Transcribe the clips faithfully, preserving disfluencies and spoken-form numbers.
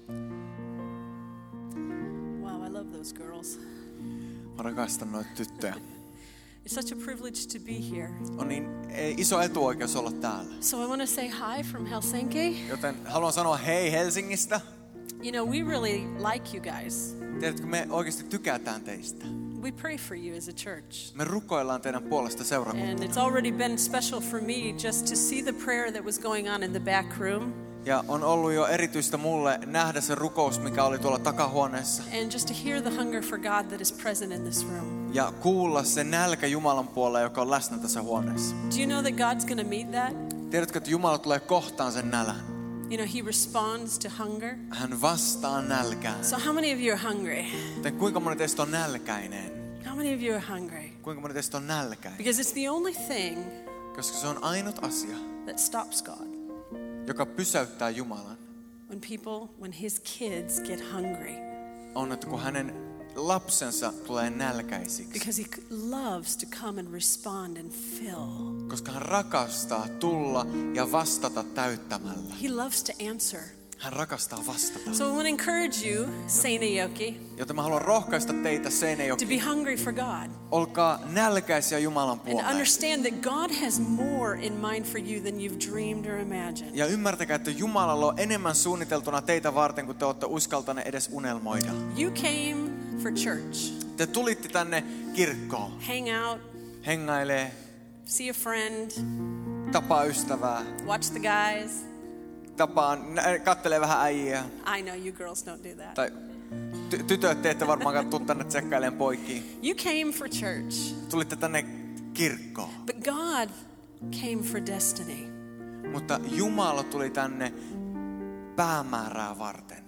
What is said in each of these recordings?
Wow, I love those girls. Mä rakastan noita tyttöjä. It's such a privilege to be here. On niin iso etuoikeus olla täällä. So I want to say hi from Helsinki. Joten haluan sanoa hei Helsingistä. You know, we really like you guys. Tiedätkö, me oikeasti tykätään teistä. We pray for you as a church. Me rukoillaan teidän puolesta seurakuntana. And it's already been special for me just to see the prayer that was going on in the back room. Ja on ollut jo erityistä mulle nähdä se rukous, mikä oli tuolla takahuoneessa. And just to hear the hunger for God that is present in this room. Ja kuulla se nälkä Jumalan puolella, joka on läsnä tässä huoneessa. Do you know that God's going to meet that? Tiedätkö, että Jumala tulee kohtaan sen nälän? You know, he responds to hunger. Hän vastaa nälkään. So how many of you are hungry? Joten kuinka moni teistä on nälkäinen? How many of you are hungry? Kuinka moni teistä on nälkäinen? Because it's the only thing Koska se on ainut asia, that stops God. joka pysäyttää Jumalan. When people, when his kids get hungry. On, että kun hänen lapsensa tulee nälkäisiksi. Because he loves to come and respond and fill. Koska hän rakastaa tulla ja vastata täyttämällä. He loves to answer. Hän rakastaa vastata. So I want to encourage you, Seinäjoki, Joten mä haluan rohkaista teitä to Seinäjoki. be hungry for God. Olkaa nälkäisiä Jumalan And puoleen. understand that God has more in mind for you than you've dreamed or imagined. Ja ymmärtäkää, että Jumalalla on enemmän suunniteltuna teitä varten, kuin te olette uskaltaneet edes unelmoida. You came for church. Te tulitte tänne kirkkoon. Hang out, Hengailee, see a friend, tapaa ystävää, watch the guys. tapaa, kattelee vähän äijiä. I know you girls don't do that. Tai ty- tytöt te ette varmaan tuu tänne tsekkailemaan poikiin. You came for church. Tulitte tänne kirkkoon. But God came for destiny. Mutta Jumala tuli tänne päämäärää varten.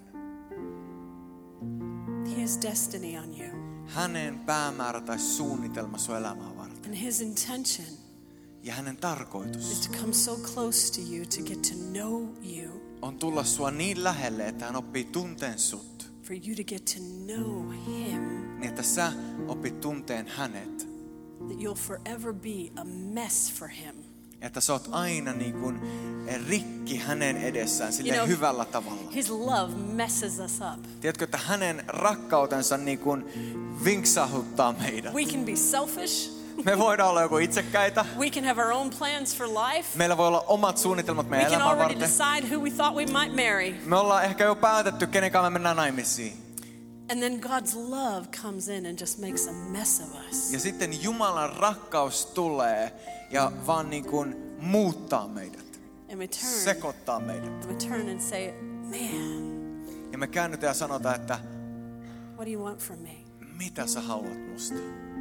His destiny on you. Hänen päämäärä tai suunnitelma sun elämää varten. And his intention Ja hänen is tarkoitus to come so close to you to get to know you. on tulla sua niin lähelle, että hän oppii tunteen sut. For you to get to know him. Niin että sä opit tunteen hänet. That you'll forever be a mess for him. Että sä oot aina niin kuin rikki hänen edessään silleen You know, hyvällä tavalla. His love messes us up. Tiedätkö, että hänen rakkautensa niin kuin vinksahuttaa meidät. We can be selfish. Me voidaan olla joku itsekkäitä. We can have our own plans for life. Meillä voi olla omat suunnitelmat We meidän can elämää already varten. decide who we thought we might marry. Me ollaan ehkä jo päätetty, kenen kanssa me mennään naimisiin. And then God's love comes in and just makes a mess of us. Ja sitten Jumalan rakkaus tulee ja vaan niin kuin muuttaa meidät. And we turn, Sekoittaa meidät. and we turn and say, man, Ja me käännytään ja sanotaan, että what do you want from me? mitä sä haluat musta?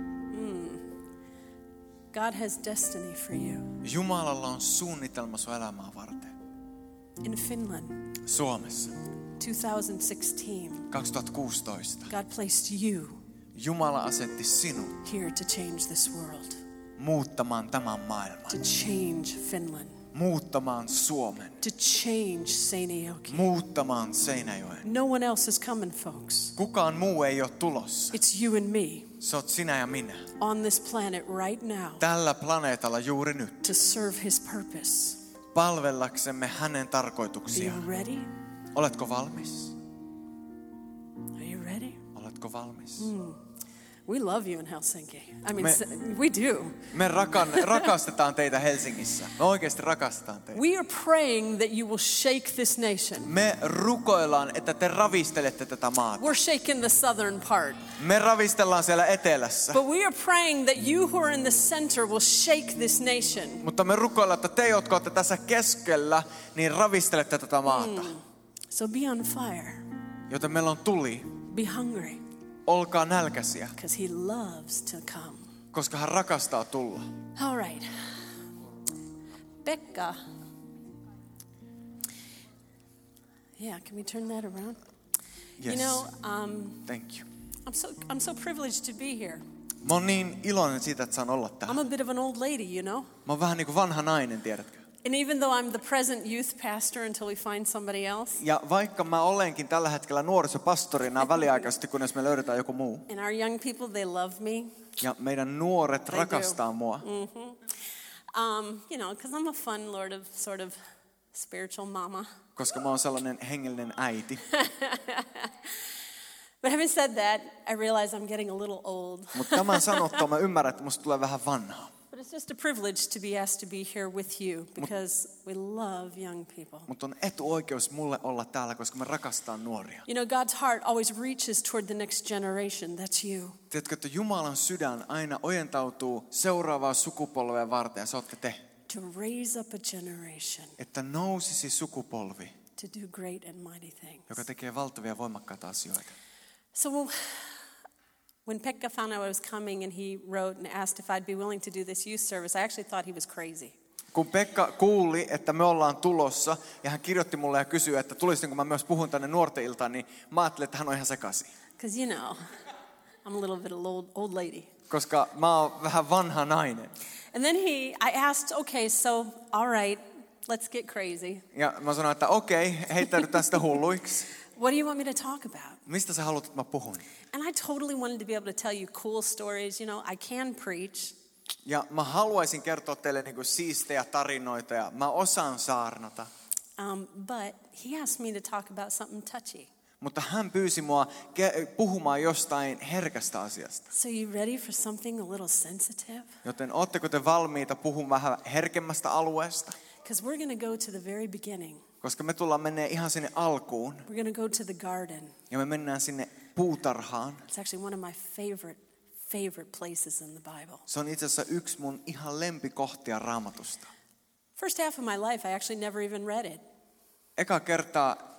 God has destiny for you. Jumalalla on suunnitelma sun elämää varten. In Finland, Suomessa two thousand sixteen, kaksituhattakuusitoista God placed you Jumala asetti sinut here to change this world, muuttamaan tämän maailman. to change Finland, Muuttamaan Suomen. to change Seinäjoki. Muuttamaan Seinäjoen. No one else is coming, folks. Kukaan muu ei ole tulossa. It's you and me Se oot sinä ja minä. on this planet right now Tällä planeetalla juuri nyt. to serve his purpose. Palvellaksemme hänen Are tarkoituksiaan. you ready? Oletko valmis? Are you ready? Oletko valmis? We love you in Helsinki. I mean, Me- s- we do. Me rakan, rakastetaan teitä Helsingissä. Me oikeasti rakastetaan teitä. We are praying that you will shake this nation. Me rukoillaan, että te ravistelette tätä maata. We're shaking the southern part. Me ravistellaan siellä etelässä. But we are praying that you who are in the center will shake this nation. Mutta me rukoillaan, että te, jotka olette tässä keskellä, niin ravistelette tätä maata. So be on fire. Joten meillä on tuli. Be hungry. Olkaa nälkäisiä, Because he loves to come. koska hän rakastaa tulla. All right. Becca. Yeah, can we turn that around? Yes. You know, um, Thank you. I'm so I'm so privileged to be here. Mä oon niin iloinen siitä, että saan olla I'm täällä. a bit of an old lady, you know. Mä oon vähän niin kuin vanha nainen, tiedätkö? And even though I'm the present youth pastor until we find somebody else, Ja vaikka mä olenkin tällä hetkellä nuorisopastorina väliaikaisesti, kunnes me löydetään joku muu. and our young people, they love me. Ja meidän nuoret They rakastaa do. mua. Um, you know, because I'm a fun, Lord of sort of spiritual mama. koska mä oon sellainen hengellinen äiti. But having said that, I realize I'm getting a little old. Mutta tämän sanottua mä ymmärrän, että musta tulee vähän vanhaa. But it's just a privilege to be asked to be here with you because we love young people. Mutta on etuoikeus mulle olla täällä, koska mä rakastan nuoria. You know, God's heart always reaches toward the next generation. That's you. Tiedätkö, että Jumalan sydän aina ojentautuu seuraavaa sukupolvea varten, ja se olette te. To raise up a generation Että nousisi sukupolvi, to do great and mighty things. joka tekee valtavia voimakkaita asioita. So when Pekka found out I was coming and he wrote and asked if I'd be willing to do this youth service, I actually thought he was crazy. Kun Pekka kuuli, että me ollaan tulossa, ja hän kirjoitti mulle ja kysyi, että tulisinko mä myös puhun tänne nuorten iltaan, niin mä ajattelin, että hän on ihan sekaisin. Because you know, I'm a little bit of old, old lady. Koska mä oon vähän vanha nainen. And then he, I asked, okay, so all right, let's get crazy. Ja mä sanoin, että okei, heittäydytään sitä hulluiksi. What do you want me to talk about? Mistä sä haluat, että mä puhun? And I totally wanted to be able to tell you cool stories. You know, I can preach. Ja mä haluaisin kertoa teille niinku siistejä tarinoita, ja mä osaan saarnata. Um, but he asked me to talk about something touchy. Mutta hän pyysi mua ke- puhumaan jostain herkästä asiasta. So you ready for something a little sensitive? Joten ootteko te valmiita puhumaan vähän herkemmästä alueesta? Because we're going to go to the very beginning. Koska me tullaan menee ihan sinne alkuun. We're going to go to the garden. Ja me mennään sinne puutarhaan. It's actually one of my favorite, favorite places in the Bible. Se on itse asiassa yksi mun ihan lempikohtia Raamatusta. First half of my life, I actually never even read it. Eka kertaa,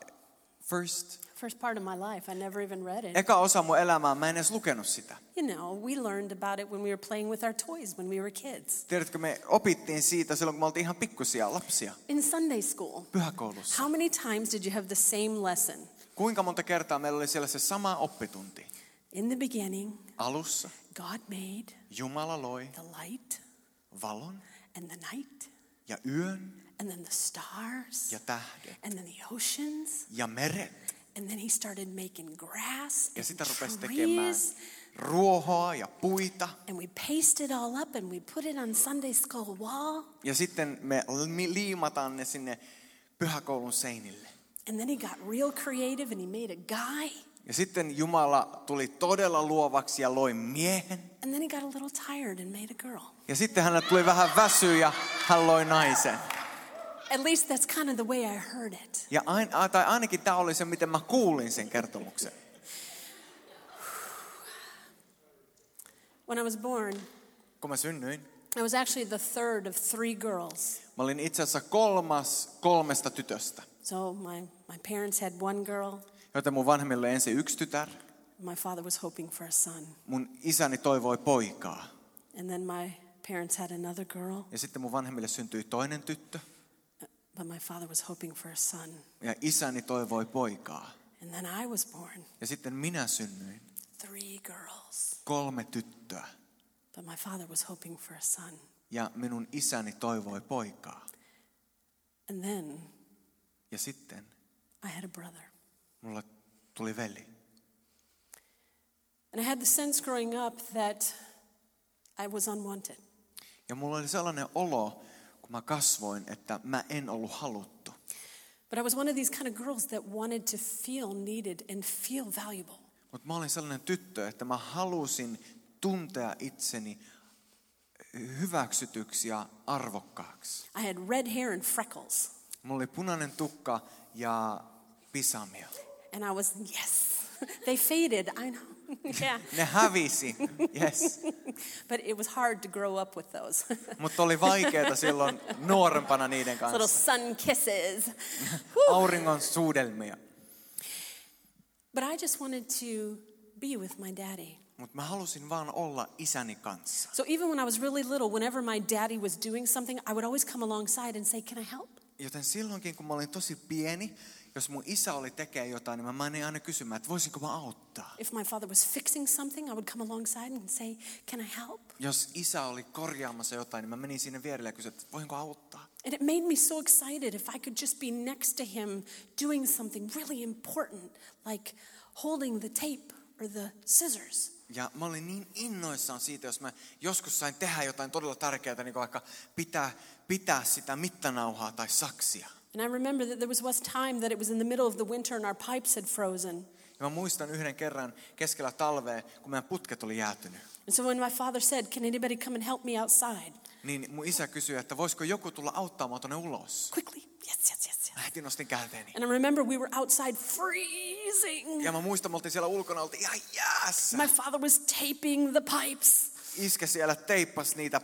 first, First part of my life, I never even read it. eka osa mun elämää, mä en edes lukenut sitä. You know, we learned about it when we were playing with our toys when we were kids. Tiedätkö, me opittiin siitä silloin, kun me oltiin ihan pikkusia lapsia. In Sunday school. Pyhäkoulussa. How many times did you have the same lesson? Kuinka monta kertaa meillä oli siellä se sama oppitunti? In the beginning, Alussa God made Jumala loi the light valon and the night ja yön and then the stars ja tähdet and then the oceans. ja meret. And then he started making grass Ja and sitä rupesi tekemään trees. ruohoa ja puita. And we paste it all up and we put it on Sunday school wall. Ja sitten me liimataan ne sinne pyhäkoulun seinille. And then he got real creative and he made a guy. Ja sitten Jumala tuli todella luovaksi ja loi miehen. And then he got a little tired and made a girl. Ja sitten hänelle tuli vähän väsyä ja hän loi naisen. At least that's kind of the way I heard it. Ja ain, tai ainakin tämä oli se, miten mä kuulin sen kertomuksen. When I was born, Kun mä synnyin, I was actually the third of three girls. mä olin itse asiassa kolmas kolmesta tytöstä. So my, my parents had one girl. Joten mun vanhemmille ensin yksi tytär. My father was hoping for a son. Mun isäni toivoi poikaa. And then my parents had another girl. Ja sitten mun vanhemmille syntyi toinen tyttö. But my father was hoping for a son. Ja isäni toivoi poikaa. And then I was born. Ja sitten minä synnyin. Three girls. Kolme tyttöä. But my father was hoping for a son. Ja minun isäni toivoi poikaa. And then Ja sitten I had a brother. mulla tuli veli. And I had the sense growing up that I was unwanted. Ja mulla oli sellainen olo, kun mä kasvoin, että mä en ollut haluttu. But I was one of these kind of girls that wanted to feel needed and feel valuable. Mutta mä olin sellainen tyttö, että mä halusin tuntea itseni hyväksytyksi ja arvokkaaksi. I had red hair and freckles. Mulla oli punainen tukka ja pisamia. And I was, yes, they faded, I know. Yeah. Ne hävisi, yes. But it was hard to grow up with those. Mutta oli vaikeaa silloin nuorempana niiden Little kanssa. sun kisses. Auringon suudelmia. But I just wanted to be with my daddy. Mutta mä halusin vaan olla isäni kanssa. So even when I was really little, whenever my daddy was doing something, I would always come alongside and say, can I help? Joten silloinkin, kun mä olin tosi pieni, jos mun isä oli tekee jotain, niin mä menin aina kysymään, että voisinko mä auttaa. If my father was fixing something, I would come alongside and say, can I help? Jos isä oli korjaamassa jotain, niin mä menin sinne vierelle ja kysyin, että voinko auttaa. And it made me so excited if I could just be next to him doing something really important, like holding the tape or the scissors. Ja mä olin niin innoissaan siitä, jos mä joskus sain tehdä jotain todella tärkeää, niin kuin vaikka pitää, pitää sitä mittanauhaa tai saksia. And I remember that there was one time that it was in the middle of the winter and our pipes had frozen. Ja mä muistan yhden kerran keskellä talvea, kun meidän putket oli jäätynyt. And so when my father said, "Can anybody come and help me outside?" Niin mun isä kysyi, että voisiko joku tulla auttamaan tuonne ulos. Quickly. Yes, yes, yes, yes. Mä heti nostin käteeni. And I remember we were outside freezing. Ja mä muistan, me oltiin siellä ulkona, oltiin ihan jäässä. My father was taping the pipes. Iskä siellä teippasi niitä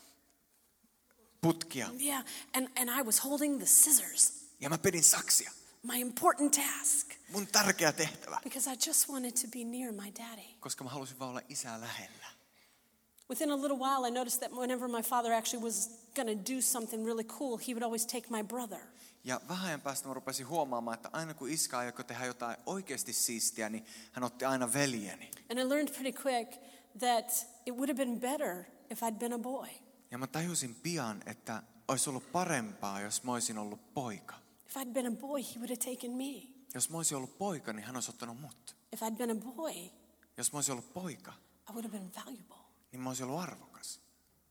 putkia. Yeah, and, and I was holding the scissors. Ja mä pidin saksia. My important task. Mun tärkeä tehtävä. Because I just wanted to be near my daddy. Koska mä halusin vaan olla isää lähellä. Within a little while I noticed that whenever my father actually was going to do something really cool, he would always take my brother. Ja vähän ajan päästä mä rupesin huomaamaan, että aina kun iskä aikoi tehdä jotain oikeasti siistiä, niin hän otti aina veljeni. And I learned pretty quick that it would have been better if I'd been a boy. Ja mä tajusin pian, että olisi ollut parempaa, jos mä olisin ollut poika. If I'd been a boy, he would have taken me. Jos mä olisin ollut poika, niin hän olisi ottanut mut. If I'd been a boy, Jos mä olisin ollut poika, I would have been valuable. niin mä olisin ollut arvokas.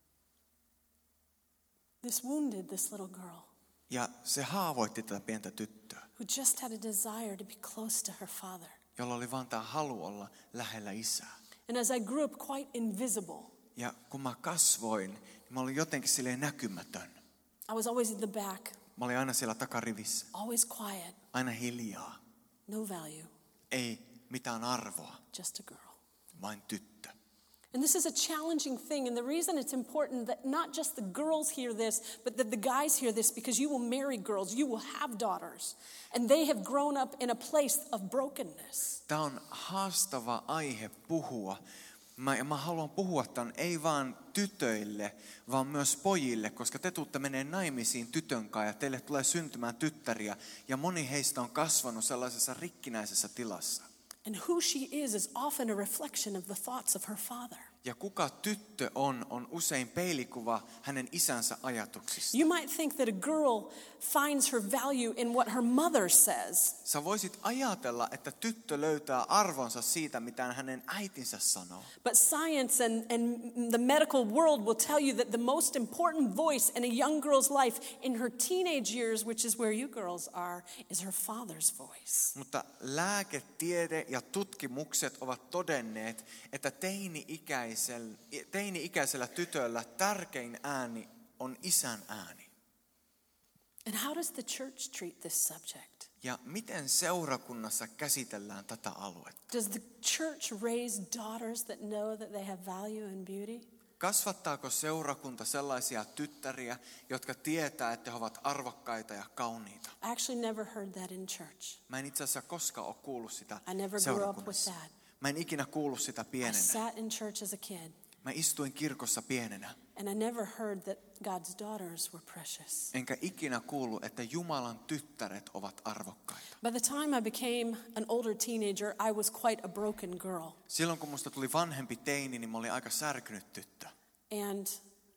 This wounded this little girl Ja se haavoitti tätä pientä tyttöä, who just had a desire to be close to her father. jolla oli vaan tämä halu olla lähellä isää. And as I grew up quite invisible, Ja kun mä kasvoin, niin mä olin jotenkin silleen näkymätön. I was always in the back, Mä olin aina siellä takarivissä, always quiet, aina hiljaa. no value, Ei mitään arvoa, just a girl. vain tyttö. And this is a challenging thing, and the reason it's important that not just the girls hear this, but that the guys hear this, because you will marry girls, you will have daughters, and they have grown up in a place of brokenness. Tämä on haastava aihe puhua. Mä, ja mä haluan puhua tämän ei vaan tytöille, vaan myös pojille, koska te tuutte menee naimisiin tytön kanssa ja teille tulee syntymään tyttäriä. Ja moni heistä on kasvanut sellaisessa rikkinäisessä tilassa. And who she is is often a reflection of the thoughts of her father. Ja kuka tyttö on, on usein peilikuva hänen isänsä ajatuksista. You might think that a girl finds her value in what her mother says. Sä voisit ajatella, että tyttö löytää arvonsa siitä, mitä hänen äitinsä sanoo. But science and, and the medical world will tell you that the most important voice in a young girl's life in her teenage years, which is where you girls are, is her father's voice. Mutta lääketiede ja tutkimukset ovat todenneet, että teini-ikäisellä, teini-ikäisellä tytöllä tärkein ääni on isän ääni. And how does the church treat this subject? Ja miten seurakunnassa käsitellään tätä aluetta? Does the church raise daughters that know that they have value and beauty? Kasvattaako seurakunta sellaisia tyttäriä, jotka tietää, että he ovat arvokkaita ja kauniita? I actually never heard that in church. Mä en itse asiassa koskaan ole kuullut sitä I never grew up with seurakunnassa. that. Mä en ikinä kuullut sitä I pienenä. sat in church as a kid, Mä istuin kirkossa pienenä. and I never heard that God's daughters were precious. Enkä ikinä kuullut, että Jumalan tyttäret ovat arvokkaita. By the time I became an older teenager, I was quite a broken girl. Silloin kun musta tuli vanhempi teini, niin mä olin aika särkynyt tyttö. And,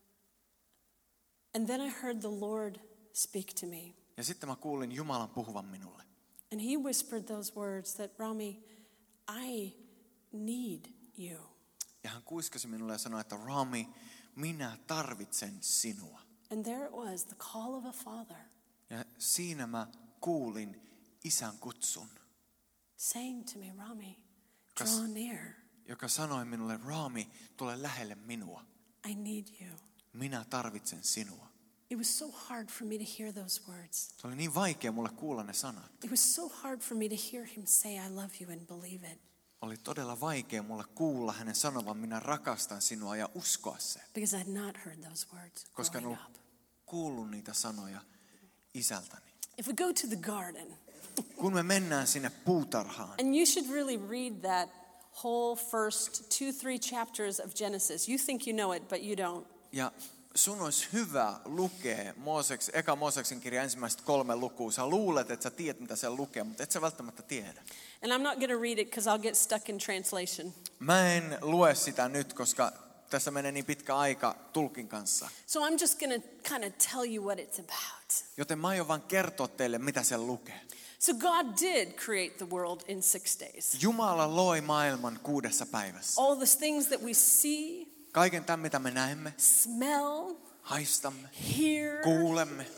and then I heard the Lord speak to me. Ja sitten mä kuulin Jumalan puhuvan minulle. And he whispered those words that, Rami, I need you. Ja hän kuiskasi minulle ja sanoi, että Rami, minä tarvitsen sinua. And there it was, the call of a father, Ja siinä mä kuulin isän kutsun, saying to me, Rami, Kas- draw near. joka sanoi minulle, Rami, tule lähelle minua. I need you. Minä tarvitsen sinua. It was so hard for me to hear those words. Se oli niin vaikea mulle kuulla ne sanat. It was so hard for me to hear him say, I love you and believe it. Oli todella vaikea mulle kuulla hänen sanovan, minä rakastan sinua ja uskoa se. Because I had not heard those words Koska en growing ollut up. kuullut niitä sanoja isältäni. If we go to the garden, Kun me mennään sinne puutarhaan, and you should really read that whole first two, three chapters of Genesis. You think you know it, but you don't. ja sun olisi hyvä lukea Mooseks, eka Mooseksen kirja ensimmäiset kolme lukua. Sä luulet, että sä tiedät, mitä siellä lukee, mutta et sä välttämättä tiedä. And I'm not going to read it because I'll get stuck in translation. Mä en lue sitä nyt, koska tässä menee niin pitkä aika tulkin kanssa. So I'm just going to kind of tell you what it's about. Joten mä aion vaan kertoa teille, mitä siellä lukee. So God did create the world in six days. Jumala loi maailman kuudessa päivässä. All the things that we see, Kaiken tämän, mitä me näemme, smell, haistamme, hear, kuulemme,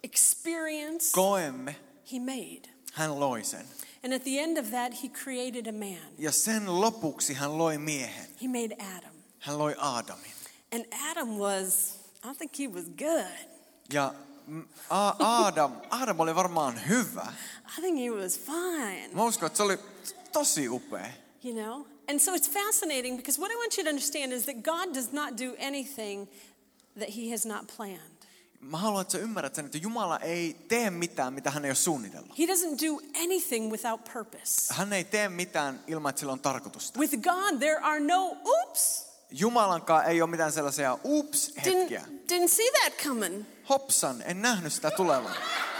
experience, koemme, he made. hän loi sen. And at the end of that, he created a man. Ja sen lopuksi hän loi miehen. He made Adam. Hän loi Aadamin. And Adam was, I think he was good. Ja A- Adam, Adam oli varmaan hyvä. I think he was fine. Mä uskon, että se oli tosi upea. You know? And so it's fascinating because what I want you to understand is that God does not do anything that he has not planned. Mä haluan, että sä ymmärrät sen, että Jumala ei tee mitään, mitä hän ei ole suunnitellut. He doesn't do anything without purpose. Hän ei tee mitään ilman, että sillä on tarkoitusta. With God, there are no oops. Jumalankaan ei ole mitään sellaisia ups-hetkiä. Didn't, didn't see that coming. Hopsan, en nähnyt sitä tulevan.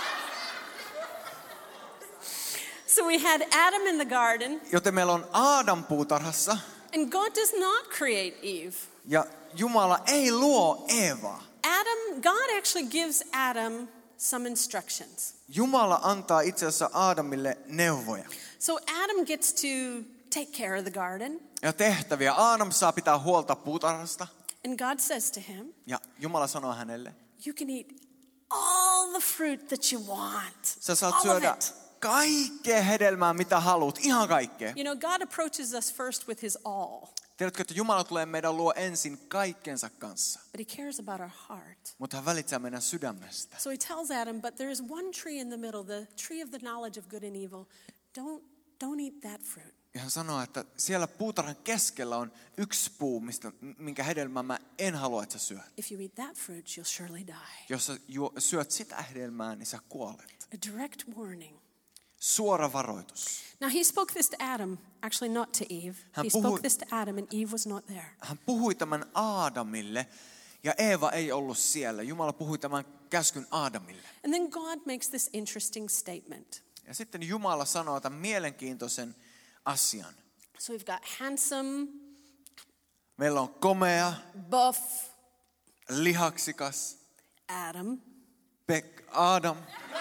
So we had Adam in the garden. Joten meillä on Aadam puutarhassa. And God does not create Eve. Ja Jumala ei luo Eevaa. Adam, God actually gives Adam some instructions. Jumala antaa itse asiassa Aadamille neuvoja. So Adam gets to take care of the garden. Ja tehtäviä. Aadam saa pitää huolta puutarhasta. And God says to him, Ja Jumala sanoo hänelle, you can eat all the fruit that you want. sä saat all syödä of it. kaikkea hedelmää, mitä haluat. Ihan kaikkea. You know, God approaches us first with his all. Tiedätkö, että Jumala tulee meidän luo ensin kaikkensa kanssa. But he cares about our heart. Mutta hän välittää meidän sydämestä. So he tells Adam, but there is one tree in the middle, the tree of the knowledge of good and evil. Don't, don't eat that fruit. Ja hän sanoo, että siellä puutarhan keskellä on yksi puu, mistä, minkä hedelmää mä en halua, että sä syöt. If you eat that fruit, you'll surely die. Jos sä juo, syöt sitä hedelmää, niin sä kuolet. A direct warning. Suora varoitus. Now he spoke this to Adam, actually not to Eve. Hän He puhui- spoke this to Adam and Eve was not there. Hän puhui tämän Aadamille ja Eeva ei ollut siellä. Jumala puhui tämän käskyn Aadamille. And then God makes this interesting statement. Ja sitten Jumala sanoo tämän mielenkiintoisen asian. So we've got handsome, Meillä on komea, buff lihaksikas, Adam. Pek, Adam.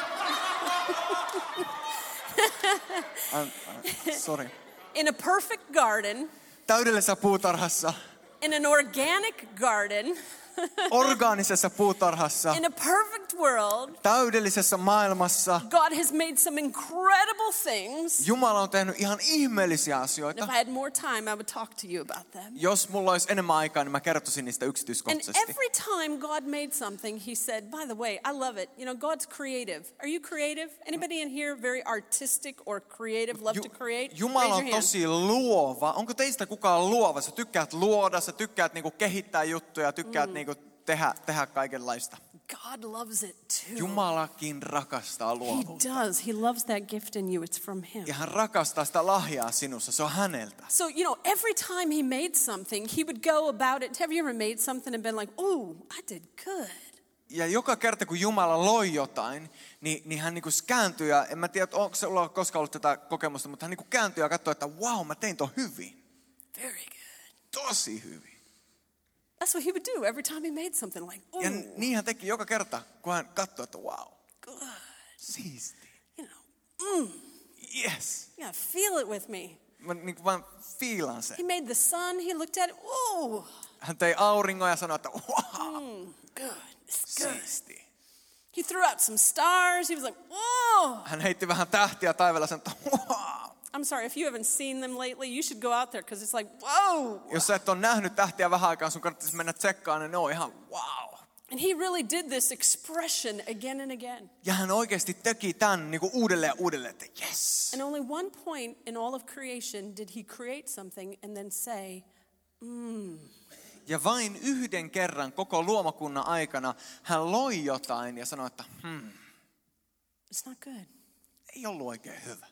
An, an, sorry. In a perfect garden, Täydellisessä puutarhassa, in an organic garden, orgaanisessa puutarhassa, in a perfect world, täydellisessä maailmassa. God has made some incredible things. Jumala on tehnyt ihan ihmeellisiä And asioita. if I had more time, I would talk to you about them. Jos mulla olisi enemmän aikaa, niin mä kertoisin niistä And yksityiskohtaisesti. every time God made something, he said, by the way, I love it. You know, God's creative. Are you creative? Anybody in here very artistic or creative, love to create? Jumala Raise on your hand. tosi luova. Onko teistä kukaan luova? Sä tykkäät luoda, sä tykkäät niinku kehittää juttuja, tykkäät mm. niinku tehdä, tehdä kaikenlaista. God loves it too. Jumalakin rakastaa He luovuutta. does. He loves that gift in you. It's from him. Ja hän rakastaa sitä lahjaa sinussa. Se on häneltä. So, you know, every time he made something, he would go about it. Have you ever made something and been like, ooh, I did good? Ja joka kerta, kun Jumala loi jotain, niin, niin hän niinku kääntyy. Ja en mä tiedä, onko se ollut koskaan ollut tätä kokemusta, mutta hän niinku kääntyy ja katsoo, että wow, mä tein ton hyvin. Very good. Tosi hyvin. That's what he would do every time he made something like, ooh, Ja niin hän teki joka kerta, kun hän katsoi, että wow, good. siisti. You know, mm, Yes. you gotta feel it with me. Mä niin vaan fiilaan sen. He made the sun. He looked at it. Ooh, Hän tei auringon ja sanoi, että wow, mm, good. It's good. siisti. He threw out some stars. He was like, whoa. Hän heitti vähän tähtiä taivaalla ja sanoi, että wow. I'm sorry, if you haven't seen them lately, you should go out there because it's like, whoa. Jos sä et ole nähnyt tähtiä vähän aikaa, sun kannattaisi mennä tsekkaamaan, niin ne on ihan wow. And he really did this expression again and again. Ja hän oikeasti teki tämän niin kuin uudelleen ja uudelleen, että yes. And only one point in all of creation did he create something and then say, mm. Ja vain yhden kerran koko luomakunnan aikana hän loi jotain ja sanoi, että hmm, It's not good. ei ollut oikein hyvä.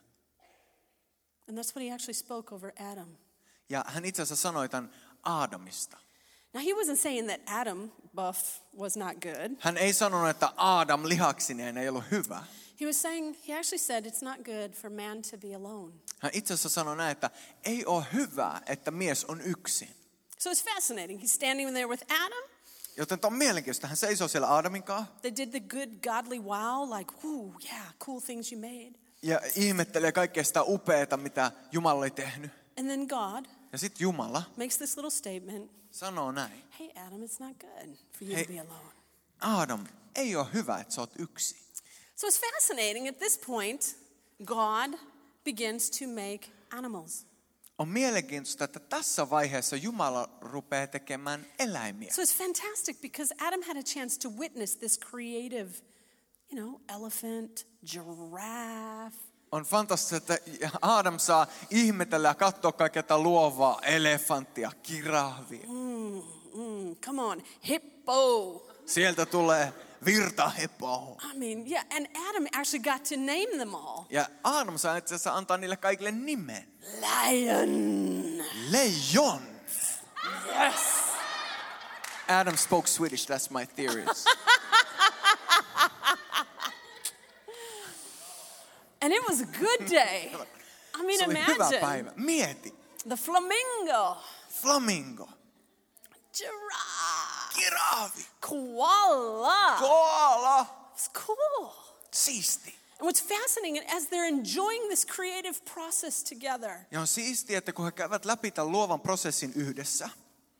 And that's what he actually spoke over Adam. Ja hän itse asiassa sanoi tämän Aadamista. Now he wasn't saying that Adam, buff, was not good. Hän ei sanonut, että Aadam lihaksineen ei ollut hyvä. He was saying, he actually said it's not good for man to be alone. Hän itse asiassa sanoi näin, että ei ole hyvä, että mies on yksin. So it's fascinating. He's standing there with Adam. Joten tämä on mielenkiintoista. Hän seisoo siellä Aadamin kanssa They did the good godly wow, like, ooh, yeah, cool things you made. ja ihmettelee kaikkea sitä upeata, mitä Jumala oli tehnyt. And then God Ja sitten Jumala makes this little statement. sanoo näin. Hey, Adam, it's not good for you Hei, to be alone. Aadam, ei ole hyvä, että sä oot yksin. So it's fascinating. At this point, God begins to make animals. On mielenkiintoista, että tässä vaiheessa Jumala rupeaa tekemään eläimiä. So it's fantastic because Adam had a chance to witness this creative, you know, elephant, giraffe. On fantastista, että Aadam saa ihmetellä ja katsoa kaikkea tätä luovaa elefanttia, kirahvia. Mm, mm, come on, hippo. Sieltä tulee virtaheppo. I mean, yeah, and Adam actually got to name them all. Ja Aadam saa itse asiassa antaa niille kaikille nimen. Lion. Leijon. Yes. Adam spoke Swedish, that's my theories. And it was a good day. I mean, Se oli hyvä imagine. päivä. Mieti. The flamingo. Flamingo. Giraffe. Kirahvi. Koala. Koala. It's cool. Siisti. And what's fascinating, as they're enjoying this creative process together, Ja on siistiä, että kun he käyvät läpi tämän luovan prosessin yhdessä,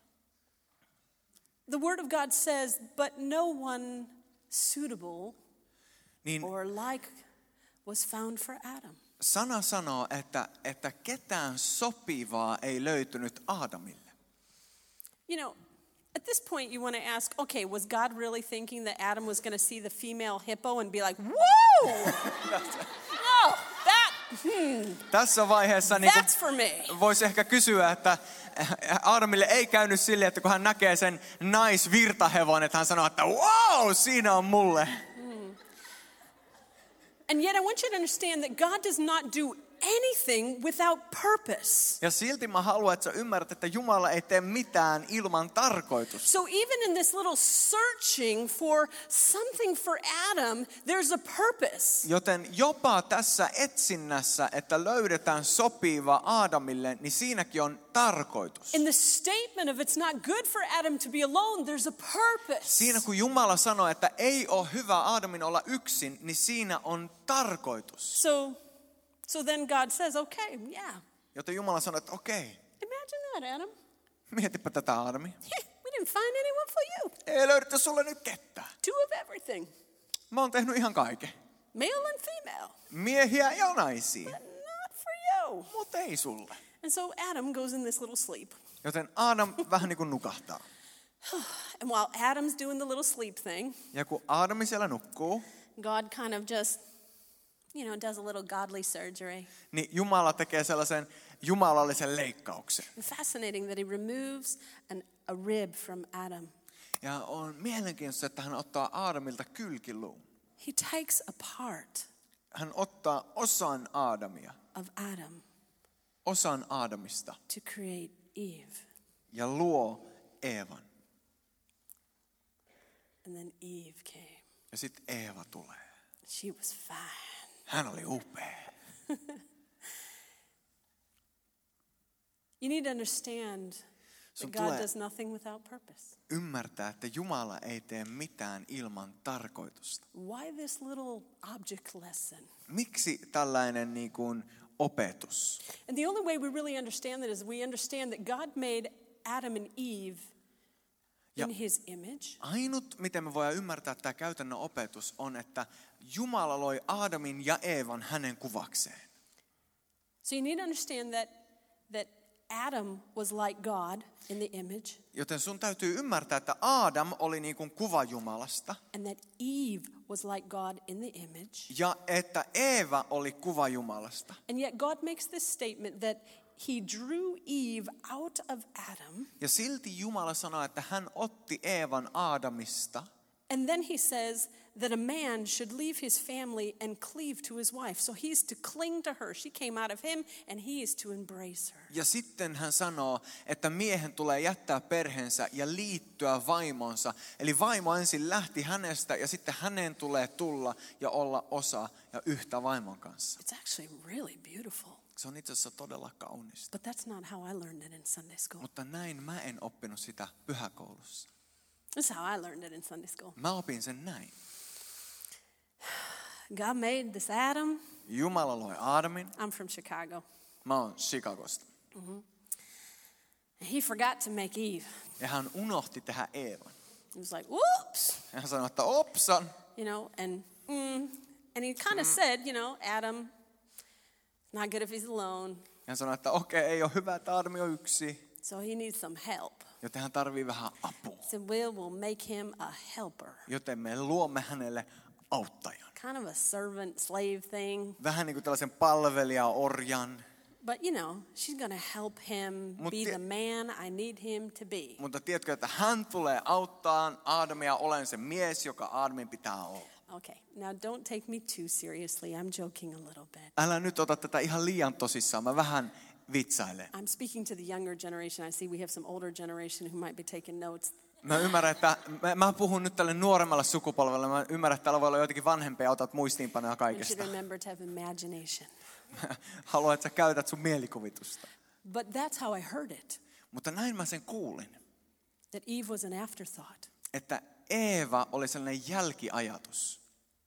the Word of God says, but no one suitable niin or like was found for Adam. sana sanoo, että, että ketään sopivaa ei löytynyt Aadamille. You know, at this point you want to ask, okay, was God really thinking that Adam was going to see the female hippo and be like, whoa! No, that, hmm, Tässä vaiheessa niin that's for me. voisi ehkä kysyä, että Aadamille ei käynyt silleen, että kun hän näkee sen naisvirtahevon, että hän sanoo, että wow, siinä on mulle. And yet I want you to understand that God does not do anything without purpose. Ja silti mä haluan, että sä ymmärrät, että Jumala ei tee mitään ilman tarkoitusta. So even in this little searching for something for Adam, there's a purpose. Joten jopa tässä etsinnässä, että löydetään sopiva Aadamille, niin siinäkin on tarkoitus. In the statement of it's not good for Adam to be alone, there's a purpose. Siinä kun Jumala sanoo, että ei ole hyvä Aadamin olla yksin, niin siinä on tarkoitus. So So then God says, okay, yeah. Joten Jumala sanoo, että okei, Imagine that, Adam. mietipä tätä Aadamia. We didn't find anyone for you. Ei löydetty sulle nyt ketään. Two of everything. Mä oon tehnyt ihan kaiken. Male and female. Miehiä ja naisia, But not for you. mutta ei sulle. And so Adam goes in this little sleep. Joten Aadam vähän niin kuin nukahtaa. And while Adam's doing the little sleep thing, Ja kun Aadami siellä nukkuu, God kind of just, you know, does a little godly surgery. niin Jumala tekee sellaisen jumalallisen leikkauksen. And fascinating that he removes an, a rib from Adam. Ja on mielenkiintoista, että hän ottaa Aadamilta kylkiluun. He takes a part Hän ottaa osan Aadamia, of Adam osan Aadamista to create Eve. ja luo Eevan. And then Eve came. Ja sitten Eeva tulee. She was fine. Hän oli upea. You need to understand Sun that God tulee does nothing without purpose. ymmärtää, että Jumala ei tee mitään ilman tarkoitusta. Why this little object lesson? Miksi tällainen niin kuin opetus? And the only way we really understand that is we understand that God made Adam and Eve Ja in his image. ainut, miten me voidaan ymmärtää tämä käytännön opetus, on, että Jumala loi Aadamin ja Eevan hänen kuvakseen. So you need to understand that, that Adam was like God in the image, Joten sun täytyy ymmärtää, että Aadam oli niin kuin kuva Jumalasta and that Eve was like God in the image. ja että Eeva oli kuva Jumalasta. And yet God makes this statement that he drew Eve out of Adam, Ja silti Jumala sanoi, että hän otti Eevan Aadamista. and then he says that a man should leave his family and cleave to his wife. So he's to cling to her. She came out of him, and he is to embrace her. Ja sitten hän sanoo, että miehen tulee jättää perheensä ja liittyä vaimonsa. Eli vaimo ensin lähti hänestä ja sitten hänen tulee tulla ja olla osa ja yhtä vaimon kanssa. It's actually really beautiful. Se on itse asiassa todella kaunista. But that's not how I learned it in Sunday school. Mutta näin mä en oppinut sitä pyhäkoulussa. That's how I learned it in Sunday school. Mä opin sen näin. God made this Adam. Jumala loi Aadamin. I'm from Chicago. Mä oon Chicagosta. He forgot to make Eve. Ja hän unohti tehdä Eevan. He was like, "Whoops," Ja hän sanoi, että opsan. you know, and mm, and he kind of said, you know, Adam, not good if he's alone. Ja hän sanoi, että okei, okay, ei ole hyvä, että Aadami on yksi. So he needs some help. Joten hän tarvii vähän apua. He said, "We will make him a helper." Joten me luomme hänelle auttajan. Kind of a servant slave thing. Vähän niin kuin tällaisen palvelija-orjan. But you know, she's going to help him Mut be ti- the man I need him to be. Mutta tiedätkö, että hän tulee auttaa Aadamia, olen se mies, joka Aadamin pitää olla. Okay, now don't take me too seriously. I'm joking a little bit. Älä nyt ota tätä ihan liian tosissaan, mä vähän vitsailen. I'm speaking to the younger generation. I see we have some older generation who might be taking notes. Mä ymmärrän, että mä, mä puhun nyt tälle nuoremmalle sukupolvelle. Mä ymmärrän, että täällä voi olla joitakin vanhempia ja otat muistiinpanoja You kaikesta. should remember to have imagination. Haluan, että sä käytät sun mielikuvitusta. But that's how I heard it, Mutta näin mä sen kuulin, that Eve was an afterthought. että Eeva oli sellainen jälkiajatus.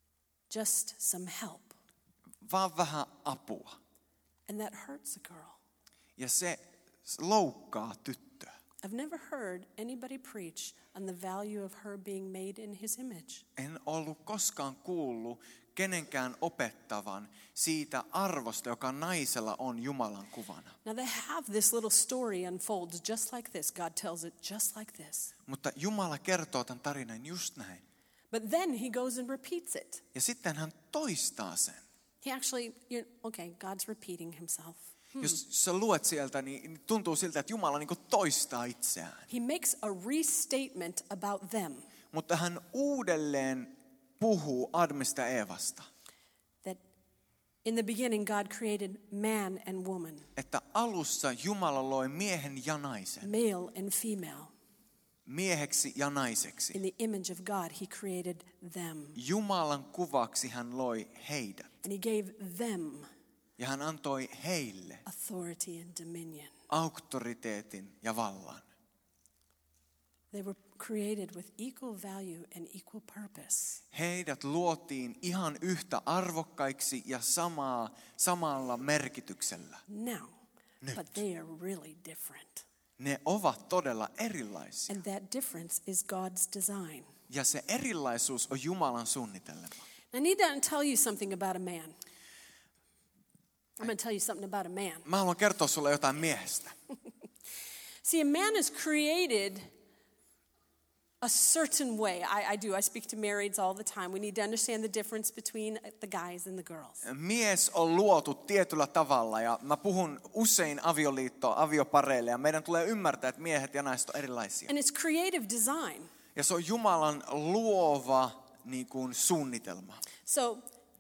Just some help. Vaan vähän apua. And that hurts a girl. Ja se loukkaa tyttöä. I've never heard anybody preach on the value of her being made in his image. En ollut koskaan kuullut kenenkään opettavan siitä arvosta, joka naisella on Jumalan kuvana. Now they have this little story unfolds just like this. God tells it just like this. Mutta Jumala kertoo tämän tarinan just näin. But then he goes and repeats it. Ja sitten hän toistaa sen. He actually, you okay, God's repeating himself. Jos sä luet sieltä, niin tuntuu siltä, että Jumala niin kuin toistaa itseään. He makes a restatement about them. Mutta hän uudelleen puhuu Admista ja Eevasta. That in the beginning God created man and woman, Että alussa Jumala loi miehen ja naisen. male and female. Mieheksi ja naiseksi. In the image of God he created them. Jumalan kuvaksi hän loi heidät. And he gave them Ja hän antoi heille authority and dominion. auktoriteetin ja vallan. They were created with equal value and equal purpose. Heidät luotiin ihan yhtä arvokkaiksi ja samaa, samalla merkityksellä. Now, Nyt. but they are really different. Ne ovat todella erilaisia. And that difference is God's design. Ja se erilaisuus on Jumalan suunnitelma. I need to tell you something about a man. I'm going to tell you something about a man. Mä haluan kertoa sulle jotain miehestä. See, a man is created a certain way. I, I do. I speak to marrieds all the time. We need to understand the difference between the guys and the girls. Mies on luotu tietyllä tavalla ja mä puhun usein avioliitto, aviopareille ja meidän tulee ymmärtää, että miehet ja naiset on erilaisia. And it's creative design. Ja se on Jumalan luova niin kuin, suunnitelma. So,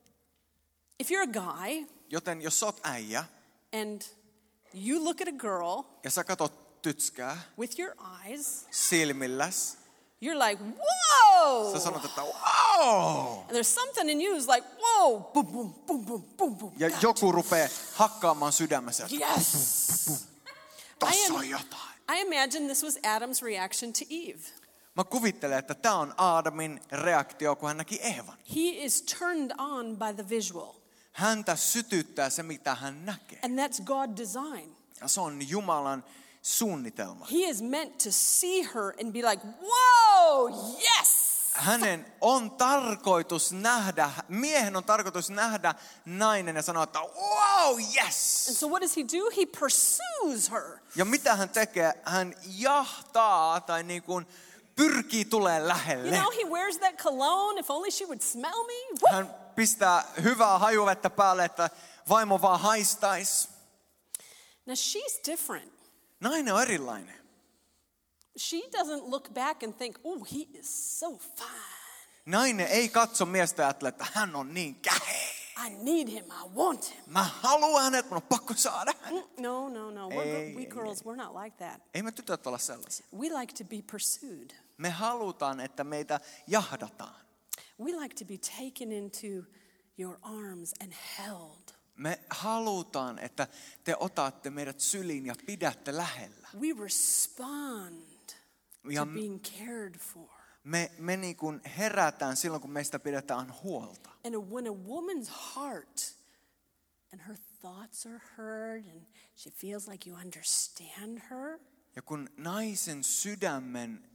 if you're a guy Joten jos sä oot äijä and you look at a girl ja sä katot tytskää with your eyes, silmilläs, you're like, whoa! sä sanot, että wow! And there's something in you who's like, whoa, boom, boom, boom, boom, boom, boom. Ja gotcha. joku rupeaa hakkaamaan sydämessä, että Yes! tossa on jotain. I imagine this was Adam's reaction to Eve. Mä kuvittelen, että tämä on Aadamin reaktio, kun hän näki Eevan. He is turned on by the visual. Häntä sytyttää se, mitä hän näkee. And that's God's design. Ja se on Jumalan suunnitelma. He is meant to see her and be like, whoa, yes! Hänen on tarkoitus nähdä, miehen on tarkoitus nähdä nainen ja sanoa, että wow, yes! And so what does he do? He pursues her. Ja mitä hän tekee? Hän jahtaa tai niin kuin pyrkii tulee lähelle. You know, he wears that cologne. If only she would smell me. Woo! Hän pistää hyvää hajuvettä päälle, että vaimo vaan haistaisi. Now she's different. Nainen on erilainen. She doesn't look back and think, oh, he is so fine. Nainen ei katso miestä ja ajattele, että hän on niin käheä. I need him. I want him. Mä haluan hänet, mun on pakko saada hänet. Mm, No, no, no. We're, Ei, we ei, girls, we're not like that. Ei me tytöt olla sellaisia. We like to be pursued. Me halutaan, että meitä jahdataan. We like to be taken into your arms and held. Me halutaan, että te otatte meidät syliin ja pidätte lähellä. We respond Ja to being cared for. me, me niin kuin herätään silloin, kun meistä pidetään huolta. And when a woman's heart and her thoughts are heard and she feels like you understand her, Ja kun naisen sydämen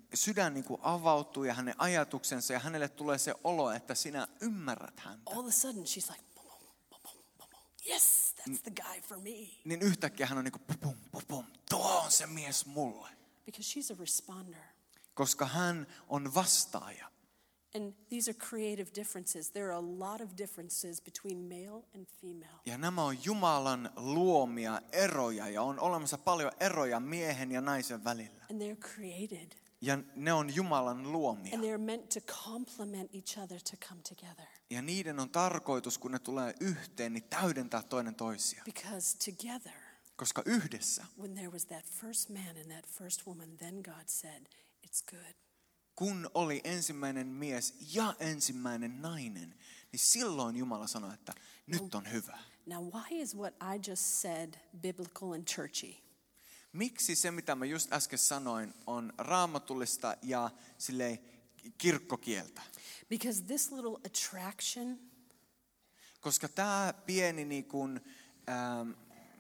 sydän niin kuin avautuu ja hänen ajatuksensa ja hänelle tulee se olo, että sinä ymmärrät häntä. all of a sudden she's like, boom, boom, boom, boom, boom, boom. Yes, that's the guy for me. Niin yhtäkkiä hän on niin kuin pum, pum, pum, tuo on se mies mulle. Because she's a responder. Koska hän on vastaaja. And these are creative differences. There are a lot of differences between male and female. Ja nämä on Jumalan luomia eroja ja on olemassa paljon eroja miehen ja naisen välillä. And they're created. Ja ne on Jumalan luomia. And they're meant to complement each other to come together. Ja niiden on tarkoitus, kun ne tulee yhteen, niin täydentää toinen toisia. Because together, Koska yhdessä, when there was that first man and that first woman, then God said, it's good. kun oli ensimmäinen mies ja ensimmäinen nainen, niin silloin Jumala sanoi, että nyt on hyvä. Now, why is what I just said biblical and churchy? Miksi se, mitä mä just äsken sanoin, on raamatullista ja silleen kirkkokieltä? Because this little attraction, Koska tämä pieni niin kuin, ähm,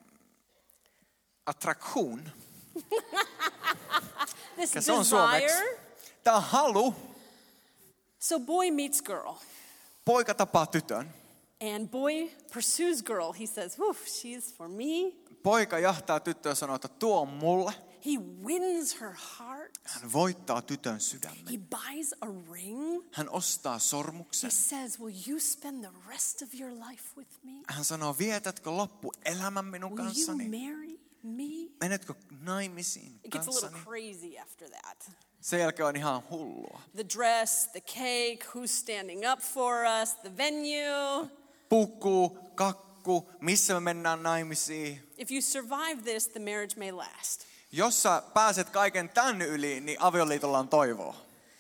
attraktion, this mikä se on suomeksi? desire, Tämä halu, so boy meets girl. poika tapaa tytön. And boy pursues girl. He says, woof, she's for me. Poika jahtaa tyttöä ja sanoo, että tuo on mulle. He wins her heart. Hän voittaa tytön sydämen. He buys a ring. Hän ostaa sormuksen. He says, will you spend the rest of your life with me? Hän sanoo, vietätkö loppu elämän minun Will you kanssani? marry me? Menetkö naimisiin It gets a little kanssani? crazy after that. Sen jälkeen on ihan hullua. The dress, the cake, who's standing up for us, the venue. Puku, kakku, missä me mennään naimisiin. If you survive this, the marriage may last. Jos sä pääset kaiken tän yli, niin avioliitolla on toivoa.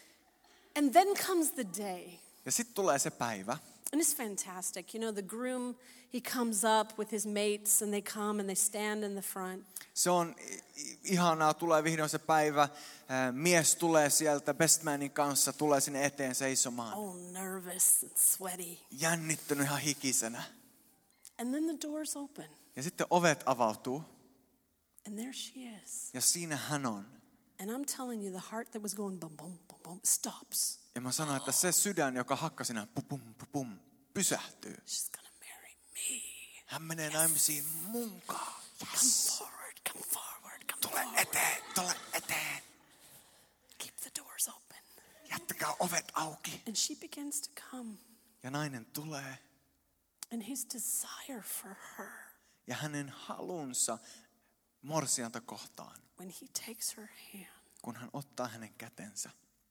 And then comes the day. Ja sitten tulee se päivä. And it's fantastic. You know, the groom, he comes up with his mates and they come and they stand in the front. Se on ihanaa, tulee vihdoin se päivä. Mies tulee sieltä bestmanin kanssa, tulee sinne eteen seisomaan. Oh, nervous and sweaty. Jännittynyt ihan hikisenä. And then the doors open. Ja sitten ovet avautuu. And there she is. Ja siinä hän on. And I'm telling you, the heart that was going bum, bum, bum, bum, stops. Ja mä sanoin, että se sydän, joka hakkasi näin pum, pum, pum, pum, pysähtyy. She's gonna marry me. Hän menee naimisiin munkaan. Come forward, come forward, come Tule forward. eteen, tule eteen. Keep the doors open. Jättäkää ovet auki. And she begins to come. Ja nainen tulee. And his desire for her, Ja hänen halunsa morsianta kohtaan, when he takes her hand, kun hän ottaa hänen kätensä.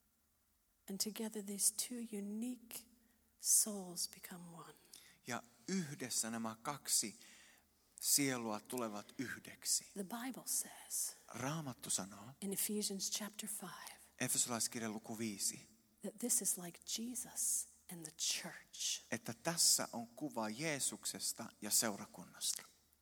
and together these two unique souls become one. Ja yhdessä nämä kaksi sielua tulevat yhdeksi. The Bible says Raamattu sanoo, in Ephesians chapter five, Efesolaiskirjan luku viisi, that this is like Jesus and the church. että tässä on kuva Jeesuksesta ja seurakunnasta.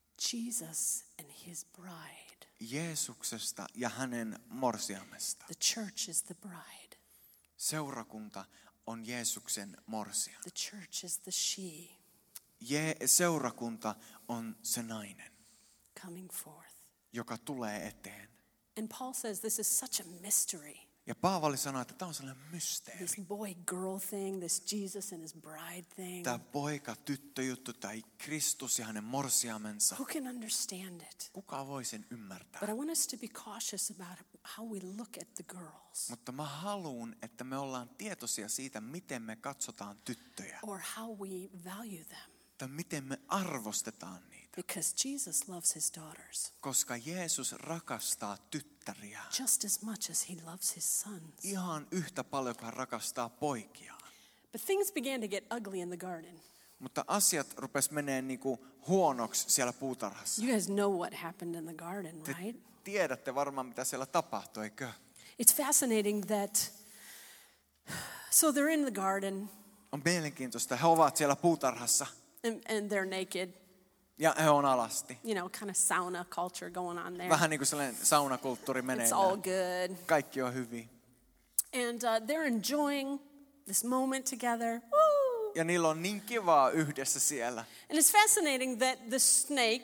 Jesus and his bride. Jeesuksesta ja hänen morsiamesta. The church is the bride. Seurakunta on Jeesuksen morsian. The church is the she Je- seurakunta on se nainen, coming forth. joka tulee eteen. And Paul says this is such a mystery. Ja Paavali sanoi, että tämä on sellainen mysteeri. This boy-girl thing, this Jesus and his bride thing. Tämä poika-tyttö-juttu, tai Kristus ja hänen morsiamensa. Who can understand it? Kuka voi sen ymmärtää? But I want us to be cautious about how we look at the girls Mutta mä haluan, että me ollaan tietoisia siitä, miten me katsotaan tyttöjä. or how we value them. Tai miten me arvostetaan niitä. Because Jesus loves his daughters Koska Jeesus rakastaa tyttäriä just as much as he loves his sons. ihan yhtä paljon kuin hän rakastaa poikiaan. But things began to get ugly in the garden. Mutta asiat rupes menee niinku huonoksi siellä puutarhassa. You guys know what happened in the garden, Te right? tiedätte varmaan, mitä siellä tapahtui, eikö? It's fascinating that, so they're in the garden On mielenkiintoista, he ovat siellä puutarhassa and, and they're naked. ja he on alasti. You know, kind of sauna culture going on there. Vähän niin kuin sellainen saunakulttuuri It's menee. all good. Kaikki on hyvin. And uh, they're enjoying this moment together. Woo! Ja niillä on niin kivaa yhdessä siellä. And it's fascinating that the snake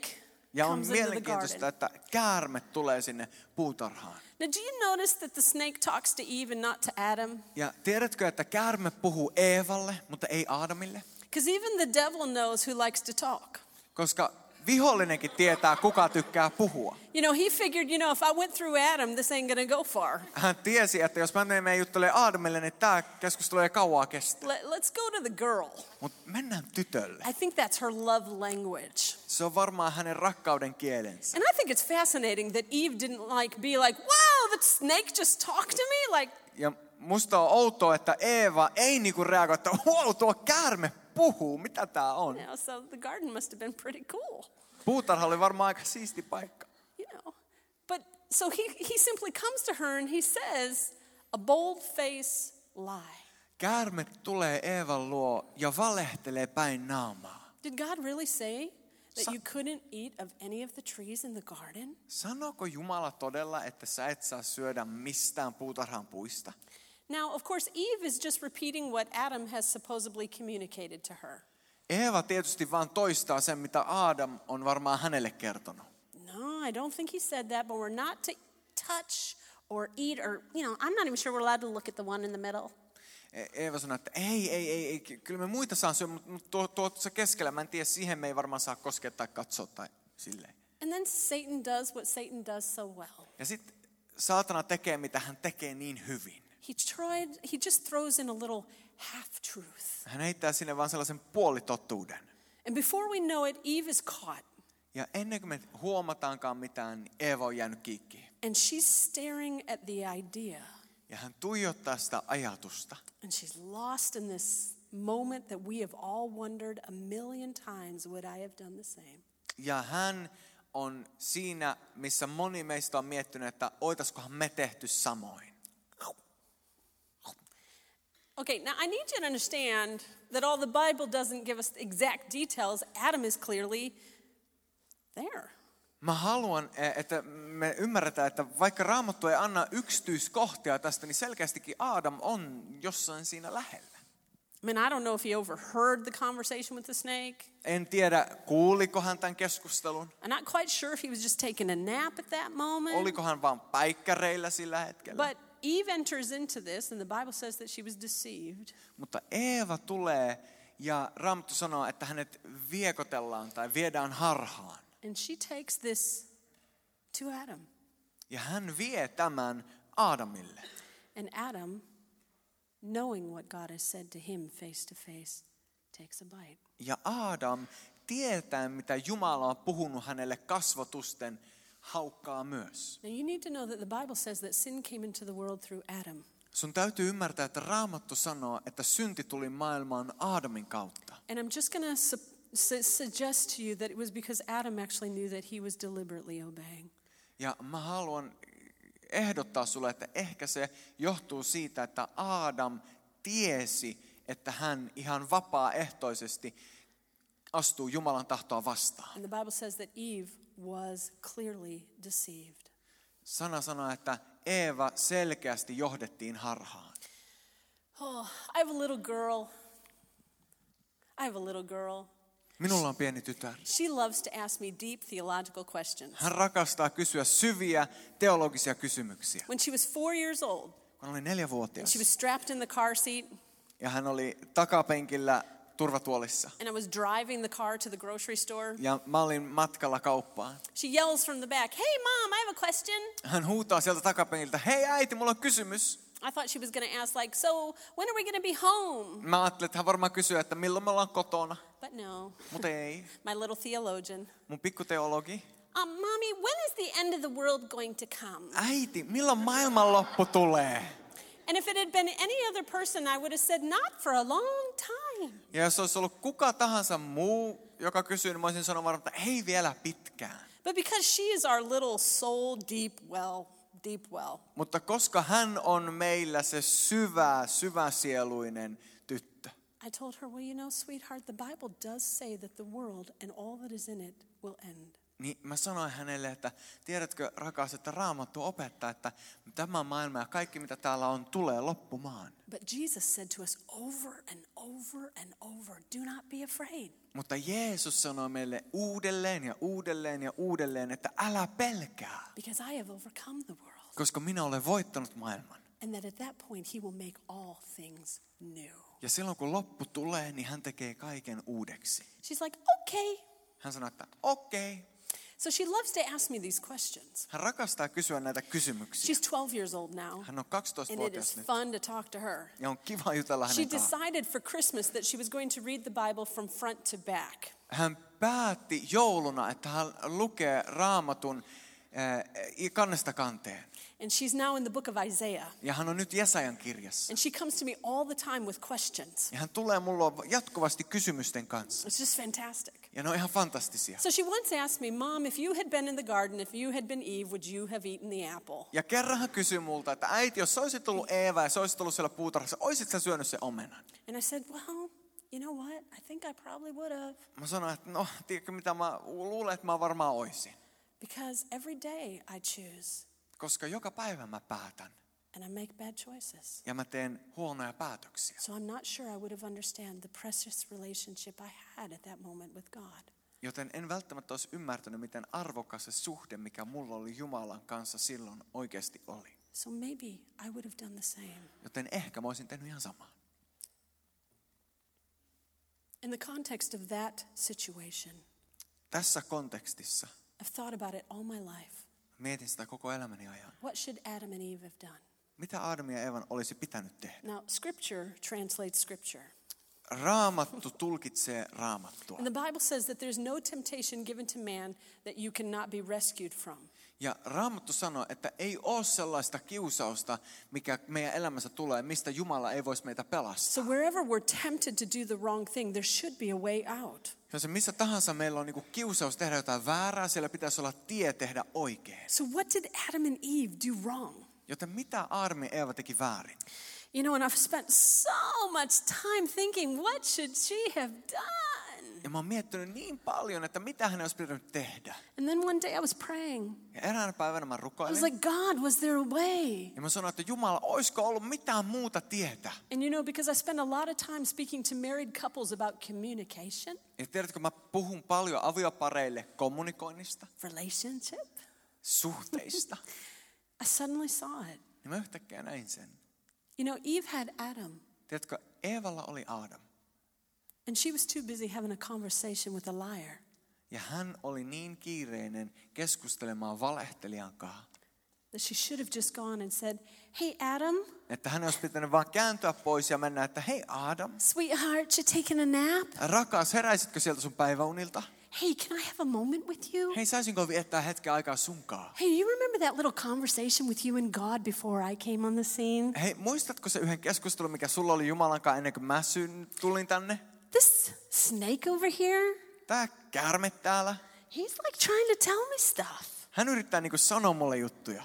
Ja on comes into the mielenkiintoista, garden. että käärme tulee sinne puutarhaan. Now, do you notice that the snake talks to Eve and not to Adam? Ja tiedätkö, että käärme puhuu Eevalle, mutta ei Aadamille? Because even the devil knows who likes to talk. Koska vihollinenkin tietää, kuka tykkää puhua. You know, he figured, you know, if I went through Adam, this ain't gonna go far. Hän tiesi, että jos mä menen juttelemaan Aadamille, niin tämä keskustelu ei kauaa kestä. Let, let's go to the girl. Mutta mennään tytölle. I think that's her love language. Se on varmaan hänen rakkauden kielensä. And I think it's fascinating that Eve didn't like be like, wow, the snake just talked to me. Like, Ja musta on outoa, että Eeva ei niinku reagoi, että wow, tuo käärme puhuu, mitä tää on? you know, so the garden must have been pretty cool. Puutarha oli varmaan aika siisti paikka. You know, but so he, he simply comes to her and he says a bold-faced lie. Käärme tulee Eevan luo ja valehtelee päin naamaa. Did God really say that Sa- you couldn't eat of any of the trees in the garden? Sanooko Jumala todella, että sä et saa syödä mistään puutarhan puista? Now, of course, Eve is just repeating what Adam has supposedly communicated to her. Eeva tietysti vaan toistaa sen, mitä Adam on varmaan hänelle kertonut. No, I don't think he said that, but we're not to touch or eat or, you know, I'm not even sure we're allowed to look at the one in the middle. E- Eeva sanoi, että ei, ei, ei, ei, kyllä me muita saa syödä, mutta tuo, tuo se keskellä, mä en tiedä, siihen me ei varmaan saa koskea tai katsoa tai silleen. And then Satan does what Satan does so well. Ja sitten saatana tekee, mitä hän tekee niin hyvin. He tried, he just throws in a little half-truth. Hän heittää sinne vaan sellaisen puolitotuuden. And before we know it, Eve is caught. Ja ennen kuin me huomataankaan mitään, niin Eeva on jäänyt kiikkiin. And she's staring at the idea. Ja hän tuijottaa sitä ajatusta. And she's lost in this moment that we have all wondered a million times, would I have done the same? Ja hän on siinä, missä moni meistä on miettinyt, että oitaskohan me tehty samoin. Okay, now I need you to understand that all the Bible doesn't give us exact details. Adam is clearly there. Mä haluan, että me ymmärretään, että vaikka Raamattu ei anna yksityiskohtia tästä, niin selkeästikin Adam on jossain siinä lähellä. I mean, I don't know if he overheard the conversation with the snake. En tiedä, kuuliko hän tämän keskustelun. I'm not quite sure if he was just taking a nap at that moment. Oliko hän vaan päikkäreillä sillä hetkellä. But Eve enters into this, and the Bible says that she was deceived. Mutta Eeva tulee ja Raamattu sanoo, että hänet viekotellaan tai viedään harhaan. And she takes this to Adam. Ja hän vie tämän Aadamille. And Adam, knowing what God has said to him face to face, takes a bite. Ja Aadam, tietäen mitä Jumala on puhunut hänelle kasvotusten, haukkaa myös. Now you need to know that the Bible says that sin came into the world through Adam. Sun täytyy ymmärtää, että Raamattu sanoo, että synti tuli maailmaan Aadamin kautta. And I'm just going to su- su- suggest to you that it was because Adam actually knew that he was deliberately obeying. Ja mä haluan ehdottaa sulle, että ehkä se johtuu siitä, että Aadam tiesi, että hän ihan vapaaehtoisesti astuu Jumalan tahtoa vastaan. And the Bible says that Eve was clearly deceived. Sana sanoo, että Eeva selkeästi johdettiin harhaan. Oh, I have a little girl. I have a little girl. Minulla on pieni tytär. She loves to ask me deep theological questions. Hän rakastaa kysyä syviä teologisia kysymyksiä. When she was four years old, Kun hän oli neljävuotias she was strapped in the car seat, ja hän oli takapenkillä turvatuolissa. and I was driving the car to the grocery store. Ja mä olin matkalla kauppaan. She yells from the back, "Hey mom, I have a question." Hän huutaa sieltä takapenkiltä, hei äiti, mulla on kysymys. I thought she was going to ask like, "So, when are we going to be home?" Mä ajattelin, että hän varmaan kysyy, että milloin me ollaan kotona. But no. Mutta ei. My little theologian. Mun pikkuteologi. Um, mommy, when is the end of the world going to come? Äiti, milloin maailmanloppu tulee? And if it had been any other person, I would have said, not for a long time. Ja jos olisi ollut kuka tahansa muu, joka kysyy, niin mä olisin sanonut varmaan, että ei vielä pitkään. But because she is our little soul deep well, deep well, Mutta koska hän on meillä se syvä, syväsieluinen tyttö. I told her, well, you know, sweetheart, the Bible does say that the world and all that is in it will end. Niin mä sanoin hänelle, että tiedätkö rakas, että Raamattu opettaa, että tämä maailma ja kaikki mitä täällä on tulee loppumaan. But Jesus said to us over and over and over, do not be afraid. Mutta Jeesus sanoi meille uudelleen ja uudelleen ja uudelleen, että älä pelkää. Because I have overcome the world. Koska minä olen voittanut maailman. And that at that point he will make all things new. Ja silloin kun loppu tulee, niin hän tekee kaiken uudeksi. She's like, okay. Hän sanoi, että okei. Okay. So she loves to ask me these questions. Hän rakastaa kysyä näitä kysymyksiä. She's twelve years old now. Hän on And it kaksitoistavuotias is nyt. fun to talk to her. Ja on kiva jutella She hänen kanssaan. decided for Christmas that she was going to read the Bible from front to back. Hän päätti jouluna, että hän lukee Raamatun äh, kannesta kanteen. And she's now in the book of Isaiah. Ja hän on nyt Jesajan kirjassa. And she comes to me all the time with questions. Ja hän tulee mulla jatkuvasti kysymysten kanssa. It's just fantastic. Ja ne on ihan fantastisia. So she once asked me, Mom, if you had been in the garden, if you had been Eve, would you have eaten the apple? Ja kerran hän kysyi multa, että äiti, jos sä olisit ollut Eeva ja sä olisit ollut siellä puutarhassa, olisit sä syönyt sen omenan? And I said, well, you know what? I think I probably would have. Mä sanoin, että no, tiedätkö mitä, mä luulen, että mä varmaan oisin. Because every day I choose. Koska joka päivä mä päätän. And I make bad choices. Ja mä teen huonoja päätöksiä. So I'm not sure I would have understood the precious relationship I had at that moment with God. Joten en välttämättä olisi ymmärtänyt, miten arvokas se suhde, mikä mulla oli Jumalan kanssa silloin oikeasti oli. So maybe I would have done the same. Joten ehkä mä olisin tehnyt ihan samaa. In the context of that situation, Tässä kontekstissa I've thought about it all my life. mietin sitä koko elämäni ajan. What should Adam and Eve have done? Mitä Adam ja Eevan olisi pitänyt tehdä? Now, Scripture translates Scripture. Raamattu tulkitsee Raamattua. And the Bible says that there's no temptation given to man that you cannot be rescued from. Ja Raamattu sanoo, että ei ole sellaista kiusausta, mikä meidän elämässä tulee, mistä Jumala ei voisi meitä pelastaa. So wherever we're tempted to do the wrong thing, there should be a way out. Jos missä tahansa meillä on niinku kiusaus tehdä jotain väärää, siellä pitäisi olla tie tehdä oikein. So what did Adam and Eve do wrong? Joten mitä Aadam ja Eeva teki väärin? You know, and I've spent so much time thinking, what should she have done? Ja mä oon miettinyt niin paljon, että mitä hän olisi pitänyt tehdä. And then one day I was praying. Ja eräänä päivänä mä I was rukoilin. like, God, was there a way? Ja mä sanoin, että Jumala, olisiko ollut mitään muuta tietä? And you know, because I spend a lot of time speaking to married couples about communication, Ja tiedätkö, mä puhun paljon aviopareille kommunikoinnista, relationship, suhteista. I suddenly saw it. Niin mä yhtäkkiä näin sen. You know, Eve had Adam, Tiedätkö, Eevalla oli Aadam. and she was too busy having a conversation with a liar. Ja hän oli niin kiireinen keskustelemaan valehtelijan kanssa, That she should have just gone and said, hey, Adam, että hän olisi pitänyt vaan kääntyä pois ja mennä, että hei Aadam, sweetheart, you taking a nap? rakas, heräisitkö sieltä sun päiväunilta? Hey, can I have a moment with you? Hei, saisinko viettää hetken aikaa sunkaan? Hey, you remember that little conversation with you and God before I came on the scene? Hei, muistatko se yhden keskustelun, mikä sulla oli Jumalan kanssa ennen kuin mä syn, tulin tänne? This snake over here, Tää käärme täällä. he's like trying to tell me stuff. Hän yrittää niinku sanoa mulle juttuja.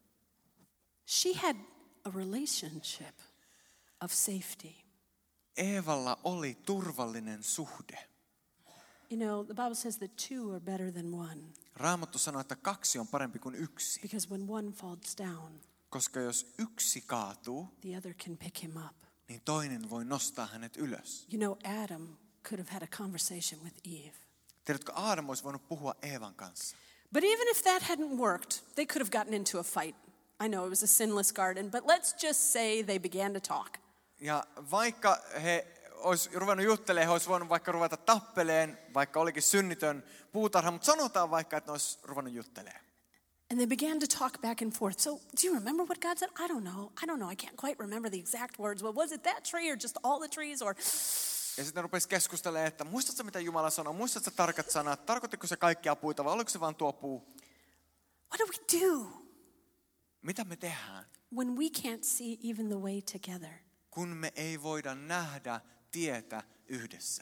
She had a relationship of safety. Eevalla oli turvallinen suhde. You know, the Bible says that two are better than one. Raamattu sanoo, että kaksi on parempi kuin yksi. Because when one falls down, Koska jos yksi kaatuu, the other can pick him up. niin toinen voi nostaa hänet ylös. You know, Adam could have had a conversation with Eve. Tiedätkö, Aadam olisi voinut puhua Eevan kanssa. But even if that hadn't worked, they could have gotten into a fight. I know it was a sinless garden, but let's just say they began to talk. Ja vaikka he olisi ruvennut juttelemaan, he olisi voinut vaikka ruveta tappeleen, vaikka olikin synnitön puutarha, mutta sanotaan vaikka, että ne olisi ruvennut juttelemaan. And they began to talk back and forth. So, do you remember what God said? I don't know. I don't know. I can't quite remember the exact words. Well, was it that tree or just all the trees or... Ja sitten rupesi keskustelemaan, että muistatko mitä Jumala sanoi, muistatko tarkat sanat, tarkoittiko se kaikkia puita vai oliko se vain tuo puu? What do we do Mitä me tehdään, when we can't see even the way together? kun me ei voida nähdä tietä yhdessä?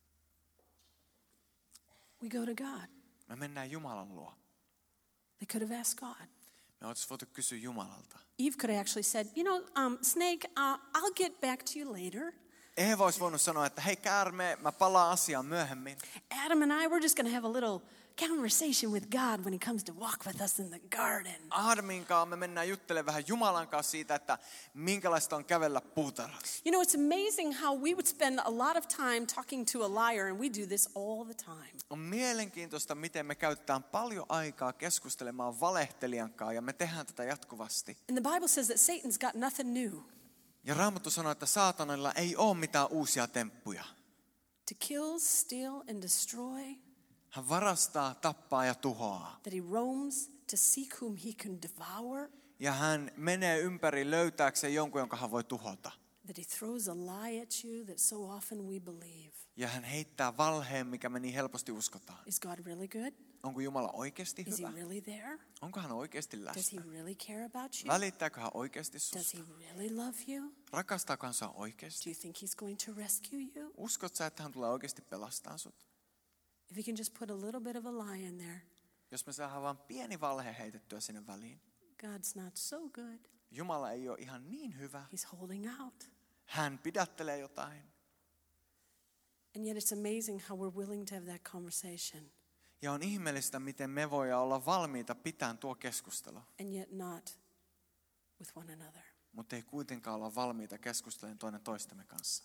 We go to God. Me mennään Jumalan luo. They could have asked God. Me oltaisiin voitu kysyä Jumalalta. Eve could have actually said, you know, um, snake, uh, I'll get back to you later. Eeva olisi voinut sanoa, että hei käärme, mä palaan asiaan myöhemmin. Adam and I, we're just going to have a little conversation with God when he comes to walk with us in the garden. Aadamin kanssa me mennään juttelemaan vähän Jumalan kanssa siitä, että minkälaista on kävellä puutarhassa. You know, it's amazing how we would spend a lot of time talking to a liar, and we do this all the time. On mielenkiintoista, miten me käytetään paljon aikaa keskustelemaan valehtelijan kanssa, ja me tehdään tätä jatkuvasti. And the Bible says that Satan's got nothing new. Ja Raamattu sanoo, että saatanalla ei ole mitään uusia temppuja. To kill, steal, and destroy. Hän varastaa, tappaa ja tuhoaa. That he roams to seek whom he can devour. Ja hän menee ympäri löytääkseen jonkun, jonka hän voi tuhota. That he throws a lie at you that so often we believe. Ja hän heittää valheen, mikä me niin helposti uskotaan. Is God really good? Onko Jumala oikeasti Is he hyvä? really there? Onko hän oikeasti Does läsnä? he really care about you? Välittääkö hän oikeasti Does susta? he really love you? Rakastaako hän sua Do oikeasti? you think he's going to rescue you? Uskot sä, että hän tulee oikeasti pelastaa sut? If you can just put a little bit of a lie in there, Jos me saadaan vaan pieni valhe heitettyä sinne väliin. God's not so good. Jumala ei ole ihan niin hyvä. He's holding out. Hän pidättelee jotain. And yet it's amazing how we're willing to have that conversation. Ja on ihmeellistä, miten me voidaan olla valmiita pitämään tuo keskustelu. And yet not with one another. Mutta ei kuitenkaan olla valmiita keskustelemaan toinen toistemme kanssa.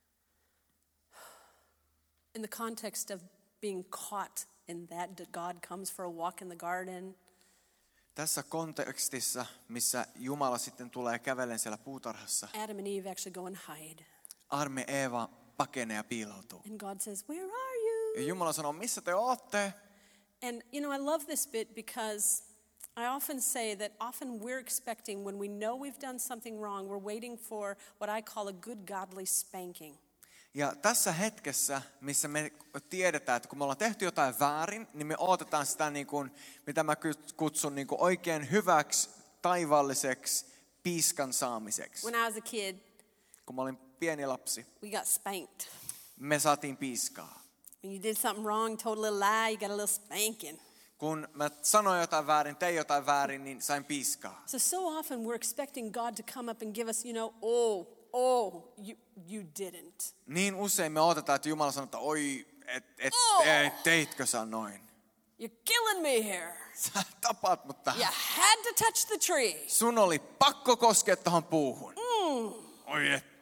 In the context of being caught in that, that God comes for a walk in the garden. Tässä kontekstissa, missä Jumala sitten tulee kävelen siellä puutarhassa, Adam and Eve actually go and hide. Arme Eeva pakenee ja piiloutuu. And God says, where are you? Ja Jumala sanoo, missä te ootte? And you know, I love this bit because I often say that often we're expecting, when we know we've done something wrong, we're waiting for what I call a good godly spanking. Ja tässä hetkessä, missä me tiedetään, että kun me ollaan tehty jotain väärin, niin me odotetaan sitä, niin kuin, mitä mä kutsun niin kuin oikein hyväksi, taivaalliseksi piiskan saamiseksi. When I was a kid, Kun mä olin pieni lapsi, we got spanked. me saatiin piiskaa. When you did something wrong, told a little lie, you got a little spanking. Kun mä sanoin jotain väärin, tein jotain väärin, niin sain piiskaa. So, so often we're expecting God to come up and give us, you know, oh, oh, you, you didn't. Niin usein me odotetaan, että Jumala sanoo, että oi, et, et, Oh! et, teitkö sä noin? You're killing me here. Sä tapaat mut tähän. You had to touch the tree. Sun oli pakko koskea tuohon puuhun. Mm. Oi että.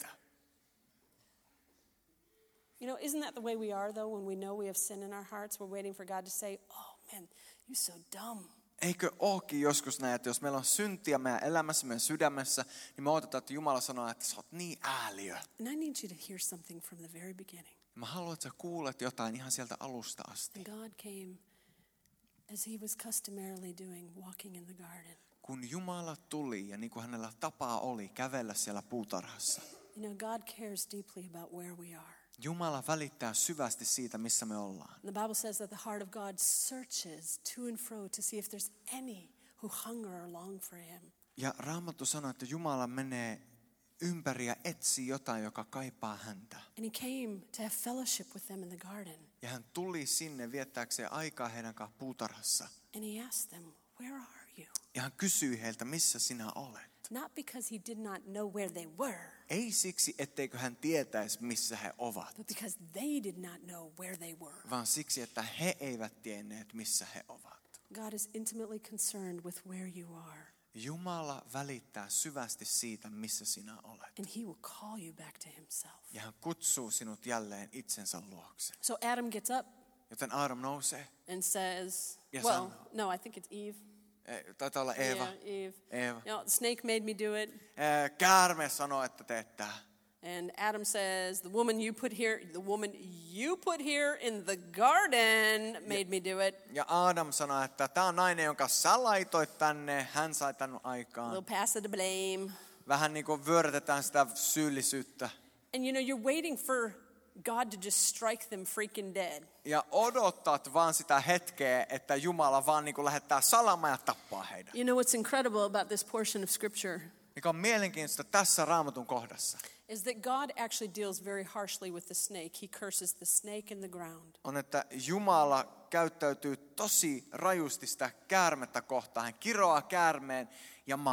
You know, isn't that the way we are, though, when we know we have sin in our hearts? We're waiting for God to say, oh, man, you're so dumb. Eikö ookin joskus näin, että jos meillä on syntiä meidän elämässä, meidän sydämessä, niin me odotetaan, että Jumala sanoo, että sä oot niin ääliö. And I need you to hear something from the very beginning. Mä haluan, että sä kuulet jotain ihan sieltä alusta asti. And God came as he was customarily doing, walking in the garden. Kun Jumala tuli ja niin kuin hänellä tapaa oli kävellä siellä puutarhassa. You know, God cares deeply about where we are. Jumala välittää syvästi siitä, missä me ollaan. And the Bible says that the heart of God searches to and fro to see if there's any who hunger or long for him. Ja Raamattu sanoo, että Jumala menee ympäri ja etsii jotain, joka kaipaa häntä. And he came to have fellowship with them in the garden. Ja hän tuli sinne viettääkseen aikaa heidän kanssaan puutarhassa. And he asked them, where are you? Ja hän kysyi heiltä, missä sinä olet. Not because he did not know where they were, Ei siksi, etteikö hän tietäisi, missä he ovat, but because they did not know where they were. vaan siksi, että he eivät tienneet, missä he ovat. God is intimately concerned with where you are, Jumala välittää syvästi siitä, missä sinä olet. and he will call you back to himself. Ja hän kutsuu sinut jälleen itsensä luokse. So Adam gets up Joten Aadam nousee. and says, Yes, well, I'm- no, I think it's Eve. E- Taitaa olla Eeva. Yeah, Eve. Eeva. You know, the snake made me do it. E, Käärme sanoo, että teet tää. And Adam says, the woman you put here, the woman you put here in the garden made me do it. Ja Aadam sanoi, että tämä on nainen, jonka sä laitoit tänne, hän sai tän We'll aikaan. pass it the blame. Vähän niin kuin vyörytetään sitä syyllisyyttä. And you know, you're waiting for God to just strike them freaking dead. Ja odottat vaan sitä hetkeä, että Jumala vaan niin kuin lähettää salamaa ja tappaa heidät. You know what's incredible about this portion of scripture Mikä on mielenkiintoista tässä Raamatun kohdassa, is that God actually deals very harshly with the snake. He curses the snake in the ground. on, että Jumala käyttäytyy tosi rajusti sitä käärmettä kohtaan. Hän kiroaa käärmeen ja maan.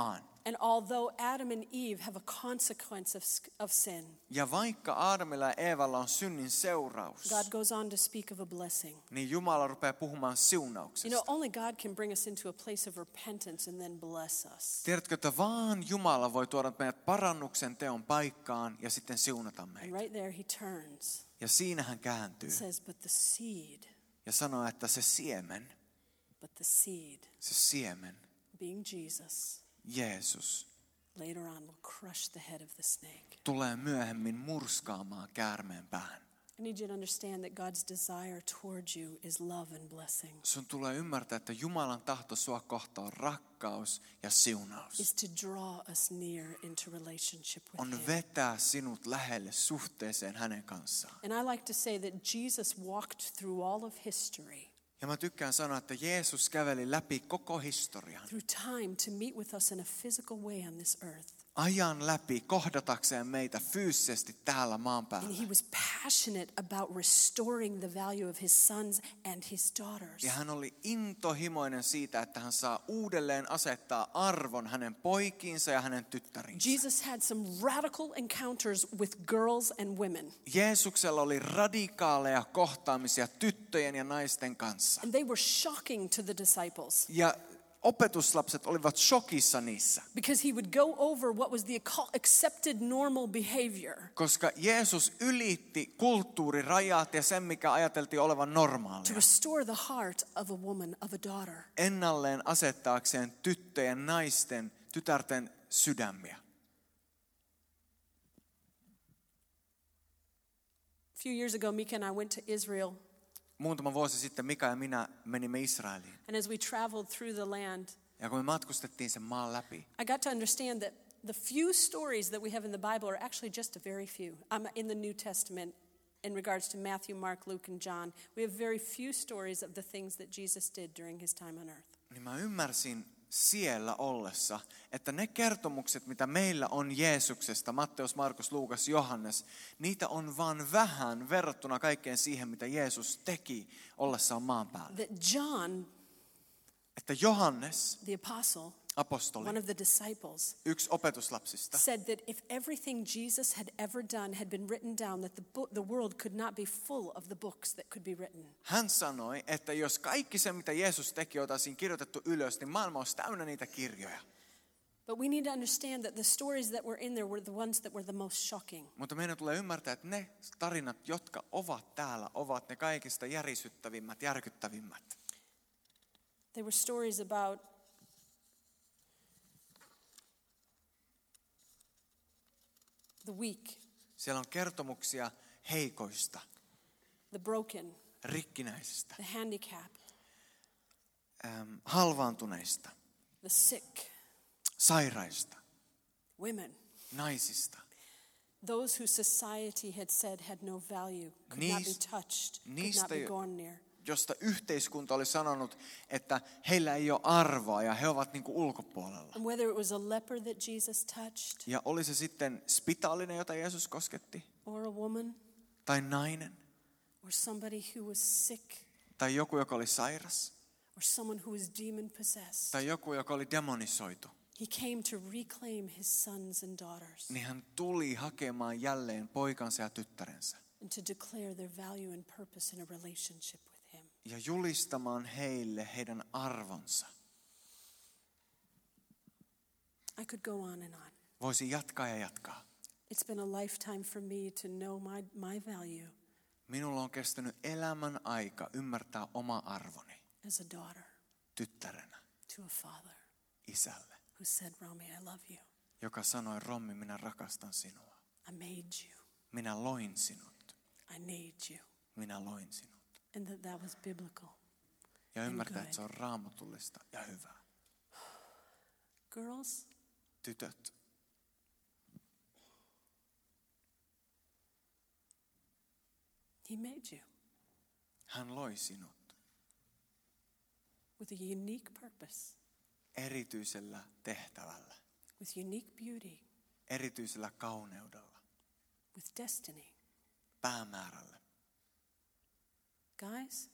And although Adam and Eve have a consequence of, of sin, Ja vaikka Aadamilla ja Eevalla on synnin seuraus, God goes on to speak of a blessing. niin Jumala rupeaa puhumaan You siunauksesta. know, only God can bring us into a place of repentance and then bless us. Tiedätkö, että vaan Jumala voi tuoda meidät parannuksen teon paikkaan ja sitten siunata And meitä. right there he turns. Ja siinä hän kääntyy It says, but the seed, ja sanoo, että se siemen, but the seed, se siemen, being Jesus, Jeesus, later on will crush the head of the snake. tulee myöhemmin murskaamaan käärmeen pään. I need you to understand that God's desire towards you is love and blessing. Sun tulee ymmärtää, että Jumalan tahto sua kohtaan on rakkaus ja siunaus. Is to draw us near into relationship with On him. vetää sinut lähelle suhteeseen hänen kanssaan. And I like to say that Jesus walked through all of history, Ja mä tykkään sanoa, että Jeesus käveli läpi koko historian. through time to meet with us in a physical way on this earth. Ajan läpi kohdatakseen meitä fyysisesti täällä maan päällä. And he was passionate about restoring the value of his sons and his daughters. Ja hän oli intohimoinen siitä, että hän saa uudelleen asettaa arvon hänen poikiinsa ja hänen tyttäriinsä. Jesus had some radical encounters with girls and women. Jeesuksella oli radikaaleja kohtaamisia tyttöjen ja naisten kanssa. And they were shocking to the disciples. Ja opetuslapset olivat shokissa niissä. Because he would go over what was the accepted normal behavior. Koska Jeesus ylitti kulttuurirajat ja sen, mikä ajateltiin olevan To normaalia. restore the heart of a woman, of a daughter. Ennalleen asettaakseen tyttöjen, naisten, tytärten sydämiä. A few years ago, Mika and I went to Israel. Muutama vuosi sitten Mika ja minä menimme Israeliin. And as we traveled through the land, Ja kun me matkustettiin sen maan läpi, I got to understand that the few stories that we have in the Bible are actually just a very few. Um, in the New Testament, in regards to Matthew, Mark, Luke, and John, we have very few stories of the things that Jesus did during his time on earth. niin mä ymmärsin siellä ollessa, että ne kertomukset, mitä meillä on Jeesuksesta, Matteus, Markus, Luukas, Johannes, niitä on vaan vähän verrattuna kaikkeen siihen, mitä Jeesus teki ollessaan maan päällä. That John, Että Johannes, the apostle, apostoli, one of the disciples, yksi opetuslapsista, said that if everything Jesus had ever done had been written down, that the, book, the world could not be full of the books that could be written. hän sanoi, että jos kaikki se, mitä Jeesus teki, oltaisiin kirjoitettu ylös, niin maailma olisi täynnä niitä kirjoja. But we need to understand that the stories that were in there were the ones that were the most shocking. Mutta meidän tulee ymmärtää, että ne tarinat, jotka ovat täällä, ovat ne kaikista järisyttävimmät, järkyttävimmät. They were stories about the weak, Siellä on kertomuksia heikoista, the broken, rikkinäisistä, the handicapped, äm, halvaantuneista, the sick, sairaista, women, naisista. those whose society had said had no value, could not be Niist- touched, could not niistä, be gone near. josta yhteiskunta oli sanonut, että heillä ei ole arvoa ja he ovat niin kuin ulkopuolella. And whether it was a leper that Jesus touched, Ja oli se sitten spitaalinen, jota Jeesus kosketti, or a woman, tai nainen, or somebody who was sick, tai joku, joka oli sairas, or someone who was demon possessed, tai joku, joka oli demonisoitu, he came to reclaim his sons and daughters niin hän tuli hakemaan jälleen poikansa ja tyttärensä and to declare their value and purpose in a relationship with him. ja julistamaan heille heidän arvonsa. I could go on and on. Voisi jatkaa ja jatkaa. It's been a lifetime for me to know my, my value Minulla on kestänyt elämän aika ymmärtää oma arvoni as a daughter tyttärenä to a father isälle, who said, Romy, I love you. joka sanoi, Rommi, minä rakastan sinua. I made you. Minä loin sinut. I made you. Minä loin sinut. And that that was biblical. Ja ymmärtää, good. että se on raamatullista ja hyvää. Girls, Tytöt, he made you hän loi sinut with a unique purpose, erityisellä tehtävällä, with unique beauty, erityisellä kauneudella, with destiny. päämäärällä. Guys,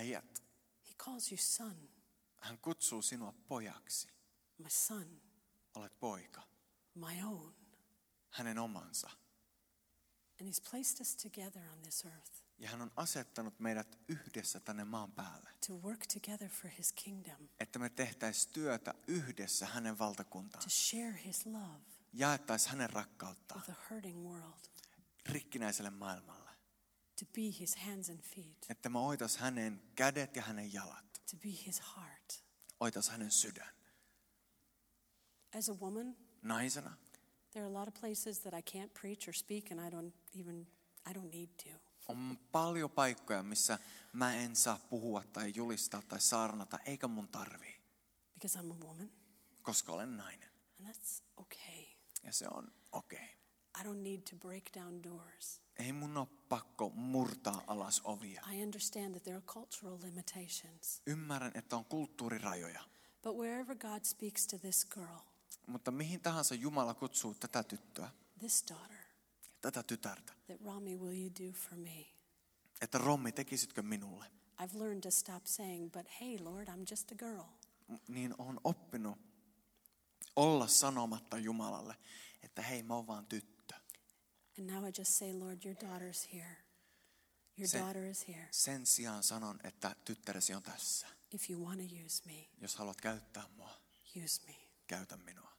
Äijät, he calls you son, hän kutsuu sinua pojaksi. my son. olet poika, my own. hänen omansa. And he's placed us together on this earth Ja hän on asettanut meidät yhdessä tänne maan päälle. to work together for his kingdom, Että me tehtäisiin työtä yhdessä hänen valtakuntaan. to share his love Jaettaisiin hänen rakkauttaan with a hurting world, rikkinäiselle maailmalle. to be his hands and feet, Että me oitais hänen kädet ja hänen jalat. to be his heart. Oitais hänen sydän. As a woman, Naisena there are a lot of places that I can't preach or speak, and I don't even, I don't need to. on paljon paikkoja, missä mä en saa puhua tai julistaa tai saarnata, eikä mun tarvii, Because I'm a woman, koska olen nainen. and that's okay. Ja se on okei. Okay. I don't need to break down doors. Ei mun ole pakko murtaa alas ovia. I understand that there are cultural limitations. Ymmärrän, että on kulttuurirajoja. But wherever God speaks to this girl, Mutta mihin tahansa Jumala kutsuu tätä tyttöä, this daughter, tätä tytärtä, that Rami, will you do for me? että Rommi, tekisitkö minulle? I've learned to stop saying, but hey, Lord, I'm just a girl. Niin on oppinut olla sanomatta Jumalalle, että hei, mä oon vaan tyttö. And now I just say, Lord, your daughter's here. Your Se- daughter is here. Sen sijaan sanon, että tyttäresi on tässä. If you want to use me, Jos haluat käyttää mua, use me. käytä minua.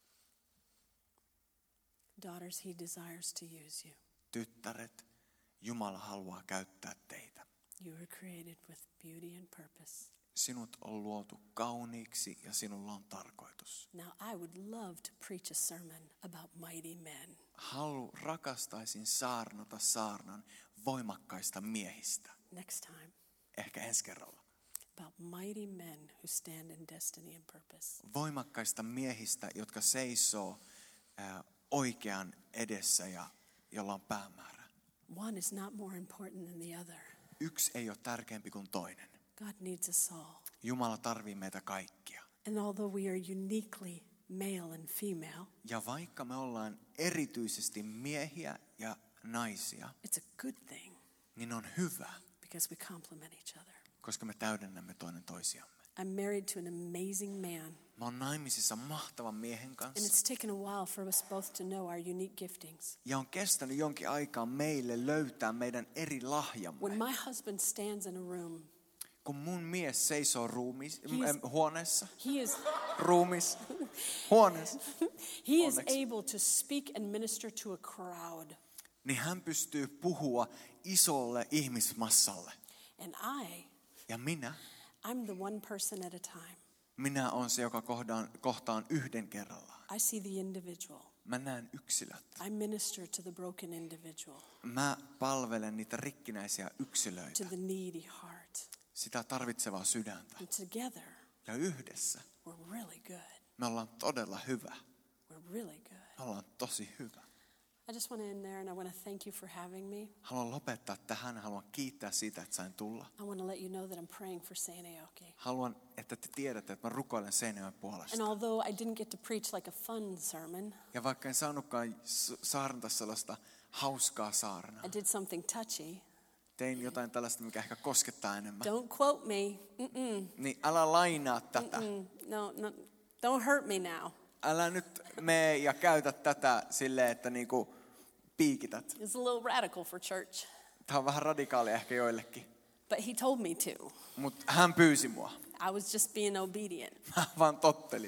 Daughters, he desires to use you. Tyttäret, Jumala haluaa käyttää teitä. You were created with beauty and purpose. Sinut on luotu kauniiksi ja sinulla on tarkoitus. Now, I would love to preach a sermon about mighty men. Halu, rakastaisin saarnata saarnan voimakkaista miehistä. Next time, Ehkä ensi kerralla. about mighty men who stand in destiny and purpose. Voimakkaista miehistä, jotka seisoo ää, oikean edessä ja jolla on päämäärä. One is not more important than the other. Yksi ei ole tärkeämpi kuin toinen. God needs us all. Jumala tarvii meitä kaikkia. And although we are uniquely male and female, Ja vaikka me ollaan erityisesti miehiä ja naisia, it's a good thing niin on hyvä, because we complement each other. koska me täydennämme toinen toisiamme. I'm married to an amazing man, Mä oon naimisissa mahtavan miehen and kanssa. it's taken a while for us both to know our unique giftings. Ja on kestänyt jonkin aikaa meille löytää meidän eri lahjamme. When my husband stands in a room, Kun mun mies seisoo ruumis, He is- äh, huoneessa, he is ruumis, huoneessa, he is Onneksi. able to speak and minister to a crowd. niin hän pystyy puhua isolle ihmismassalle. And I, Ja minä, I'm the one person at a time. minä on se, joka kohdaan, kohtaan yhden kerrallaan. I see the individual. Mä näen yksilöt. I minister to the broken individual, Mä palvelen niitä rikkinäisiä to yksilöitä, the needy heart. sitä tarvitsevaa sydäntä. And together, Ja yhdessä we're really good. me ollaan todella hyvä. We're really good. Me ollaan tosi hyvä. I just want to end there and I want to thank you for having me. Haluan lopettaa tähän. Haluan kiittää siitä, että sain tulla. I want to let you know that I'm praying for Seinäjoki. Haluan, että te tiedätte, että mä rukoilen Seinäjoen puolesta. And although I didn't get to preach like a fun sermon, Ja vaikka en saanutkaan s- saarnata sellaista hauskaa saarnaa, I did something touchy. tein jotain tällaista, mikä ehkä koskettaa enemmän. Don't quote me. Mm-mm. Niin älä lainaa tätä. Mm. No, no, don't hurt me now. Älä nyt mene ja käytä tätä silleen, että niinku piikität. It's a little radical for church, Tämä on vähän radikaali ehkä joillekin. but he told me to. Mutta hän pyysi mua. I was just being obedient. Mä vaan tottelin.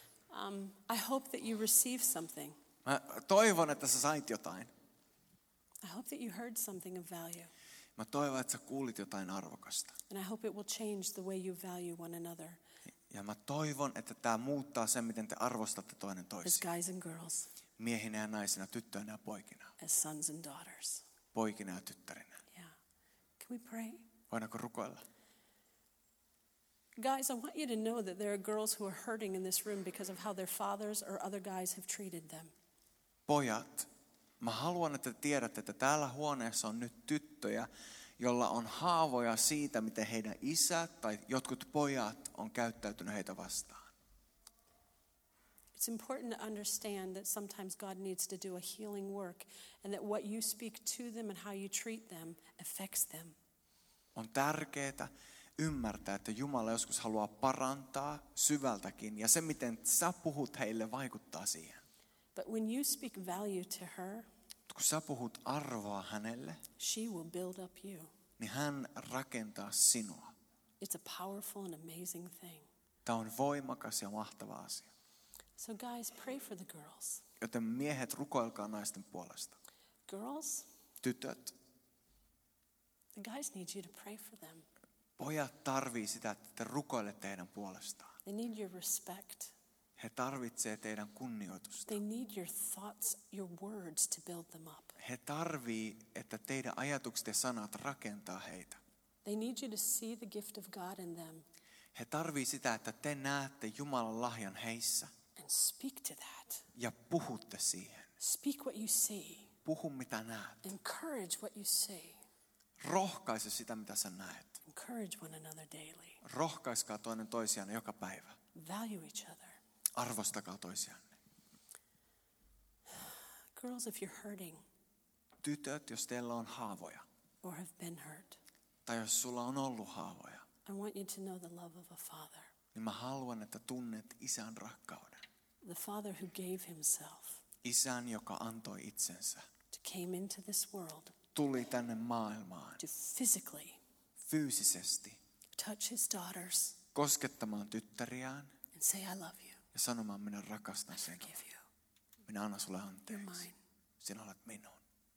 Um, I hope that you receive something. Mä toivon, että sä sait jotain. I hope that you heard something of value. Mä toivon, että sä kuulit jotain arvokasta. And I hope it will change the way you value one another Ja mä toivon, että tämä muuttaa sen, miten te arvostatte toinen as toisia. guys and girls, Miehinä ja naisina, tyttöinä ja poikina. as sons and daughters. Poikina ja tyttärinä. Yeah. Can we pray? Voidaanko rukoilla? Guys, I want you to know that there are girls who are hurting in this room because of how their fathers or other guys have treated them. Pojat, mä haluan, että te tiedätte, että täällä huoneessa on nyt tyttöjä, jolla on haavoja siitä, miten heidän isät tai jotkut pojat on käyttäytynyt heitä vastaan. It's important to understand that sometimes God needs to do a healing work and that what you speak to them and how you treat them affects them. On tärkeää ymmärtää, että Jumala joskus haluaa parantaa syvältäkin. Ja se, miten sä puhut heille, vaikuttaa siihen. But when you speak value to her, Kun sä puhut arvoa hänelle, she will build up you. niin hän rakentaa sinua. It's a powerful and amazing thing. Tämä on voimakas ja mahtava asia. So guys, pray for the girls. Joten miehet, rukoilkaa naisten puolesta. Girls, Tytöt, the guys need you to pray for them. pojat tarvii sitä, että te rukoilette heidän puolestaan. They need your respect. He tarvitsee teidän kunnioitusta. They need your thoughts, your words to build them up. He tarvii, että teidän ajatukset ja sanat rakentaa heitä. They need you to see the gift of God in them He tarvii sitä, että te näette Jumalan lahjan heissä and speak to that. ja puhutte siihen. Speak what you see. Puhu mitä näet. Encourage what you see. Rohkaise sitä, mitä sä näet. Encourage one another daily. Rohkaiskaa toinen toisiaan joka päivä. Value each other. Arvostakaa toisianne. Girls, if you're hurting Tytöt, jos teillä on haavoja, or have been hurt, tai jos sulla on ollut haavoja, I want you to know the love of a father. niin mä haluan, että tunnet isän rakkauden. The father who gave himself, Isän, joka antoi itsensä. to came into this world Tuli tänne maailmaan to physically fyysisesti touch his daughters koskettamaan tyttäriään and say, I love you. ja sanomaan, minä rakastan I sinua. forgive you. Minä annan sulle You're anteeksi. mine. Sinä olet minun.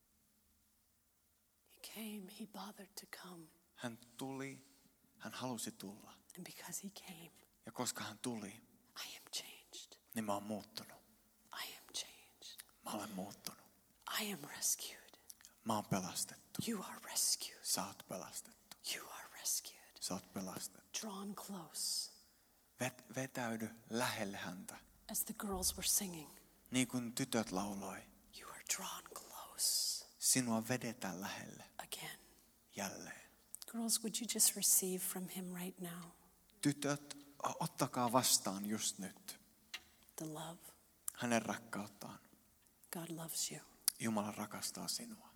He came, he bothered to come. Hän tuli, hän halusi tulla. And because he came, Ja koska hän tuli, I am changed. niin mä oon muuttunut. I am changed. Mä olen muuttunut. I am rescued. Mä oon pelastettu. You are rescued. Sä oot pelastettu. You are rescued. Sä oot pelastettu. Drawn close. Vet, vetäydy lähelle häntä. As the girls were singing, Niin kuin tytöt lauloi. you are drawn close Sinua vedetään lähelle again. jälleen. Girls, would you just receive from him right now Tytöt, ottakaa vastaan just nyt the love? hänen rakkauttaan. God loves you. Jumala rakastaa sinua.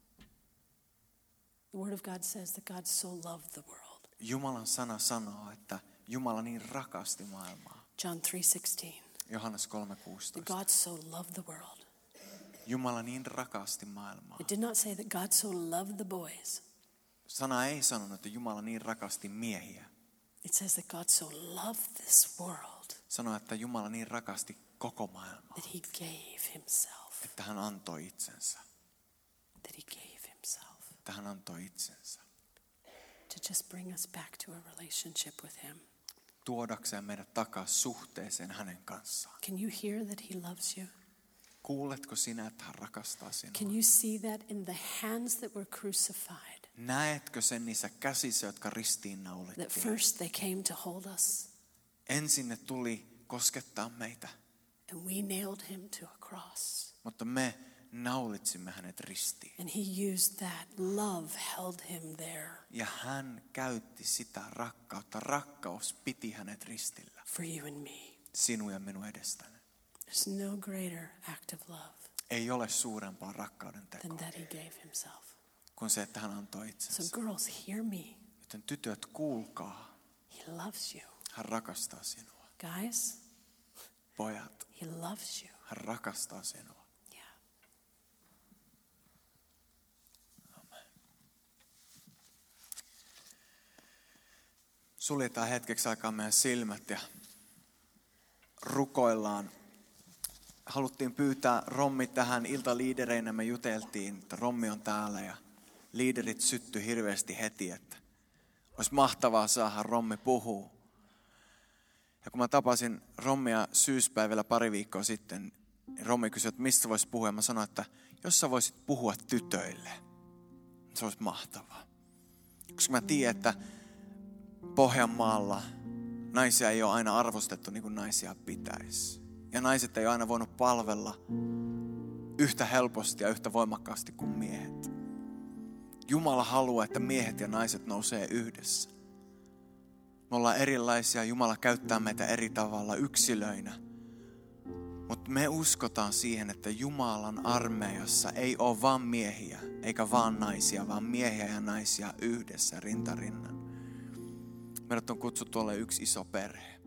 The word of God says that God so loved the world. Jumalan sana sanoo, että Jumala niin rakasti maailmaa. John three sixteen. Johannes kolme That kuusitoista. God so loved the world. Jumala niin rakasti maailmaa. It did not say that God so loved the boys. Sana ei sanonut, että Jumala niin rakasti miehiä. It says that God so loved this world Sanoi, että Jumala niin rakasti koko maailmaa, that he gave himself. että hän antoi itsensä. That he gave himself Että hän antoi itsensä. to just bring us back to a relationship with him. Tuodakseen meidät takaisin suhteeseen hänen kanssaan. Can you hear that he loves you? Kuuletko sinä, että hän rakastaa sinua? Can you see that in the hands that were crucified? Näetkö sen niissä käsissä, jotka ristiin That naulittiin? first they came to hold us Ensin ne tuli koskettaa meitä, and we nailed him to a cross. mutta me naulitsimme hänet ristiin. And he used that. Love held him there Ja hän käytti sitä rakkautta. Rakkaus piti hänet ristillä. for you and me. Sinun ja minun edestäni. There's no greater act of love Ei ole suurempaa rakkauden than tekoa that he gave himself. kuin se, että hän antoi So itsensä. girls, hear me. Joten tytöt, kuulkaa. He loves you. Hän rakastaa sinua. Guys, Pojat, he loves you. hän rakastaa sinua. Yeah. Suljetaan hetkeksi aikaa meidän silmät ja rukoillaan. Haluttiin pyytää Rommi tähän iltaliidereinä. Me juteltiin, että Rommi on täällä ja liiderit syttyi hirveästi heti, että olisi mahtavaa saada Rommi puhua. Ja kun mä tapasin Rommia syyspäivällä pari viikkoa sitten, niin Rommi kysyi, että mistä voisi puhua. Ja mä sanoin, että jos sä voisit puhua tytöille, se olisi mahtavaa. Koska mä tiedän, että Pohjanmaalla naisia ei ole aina arvostettu niin kuin naisia pitäisi. Ja naiset ei ole aina voinut palvella yhtä helposti ja yhtä voimakkaasti kuin miehet. Jumala haluaa, että miehet ja naiset nousee yhdessä. Me ollaan erilaisia, Jumala käyttää meitä eri tavalla yksilöinä. Mutta me uskotaan siihen, että Jumalan armeijassa ei ole vaan miehiä, eikä vaan naisia, vaan miehiä ja naisia yhdessä rintarinnan. Meidät on kutsuttu olemaan yksi iso perhe.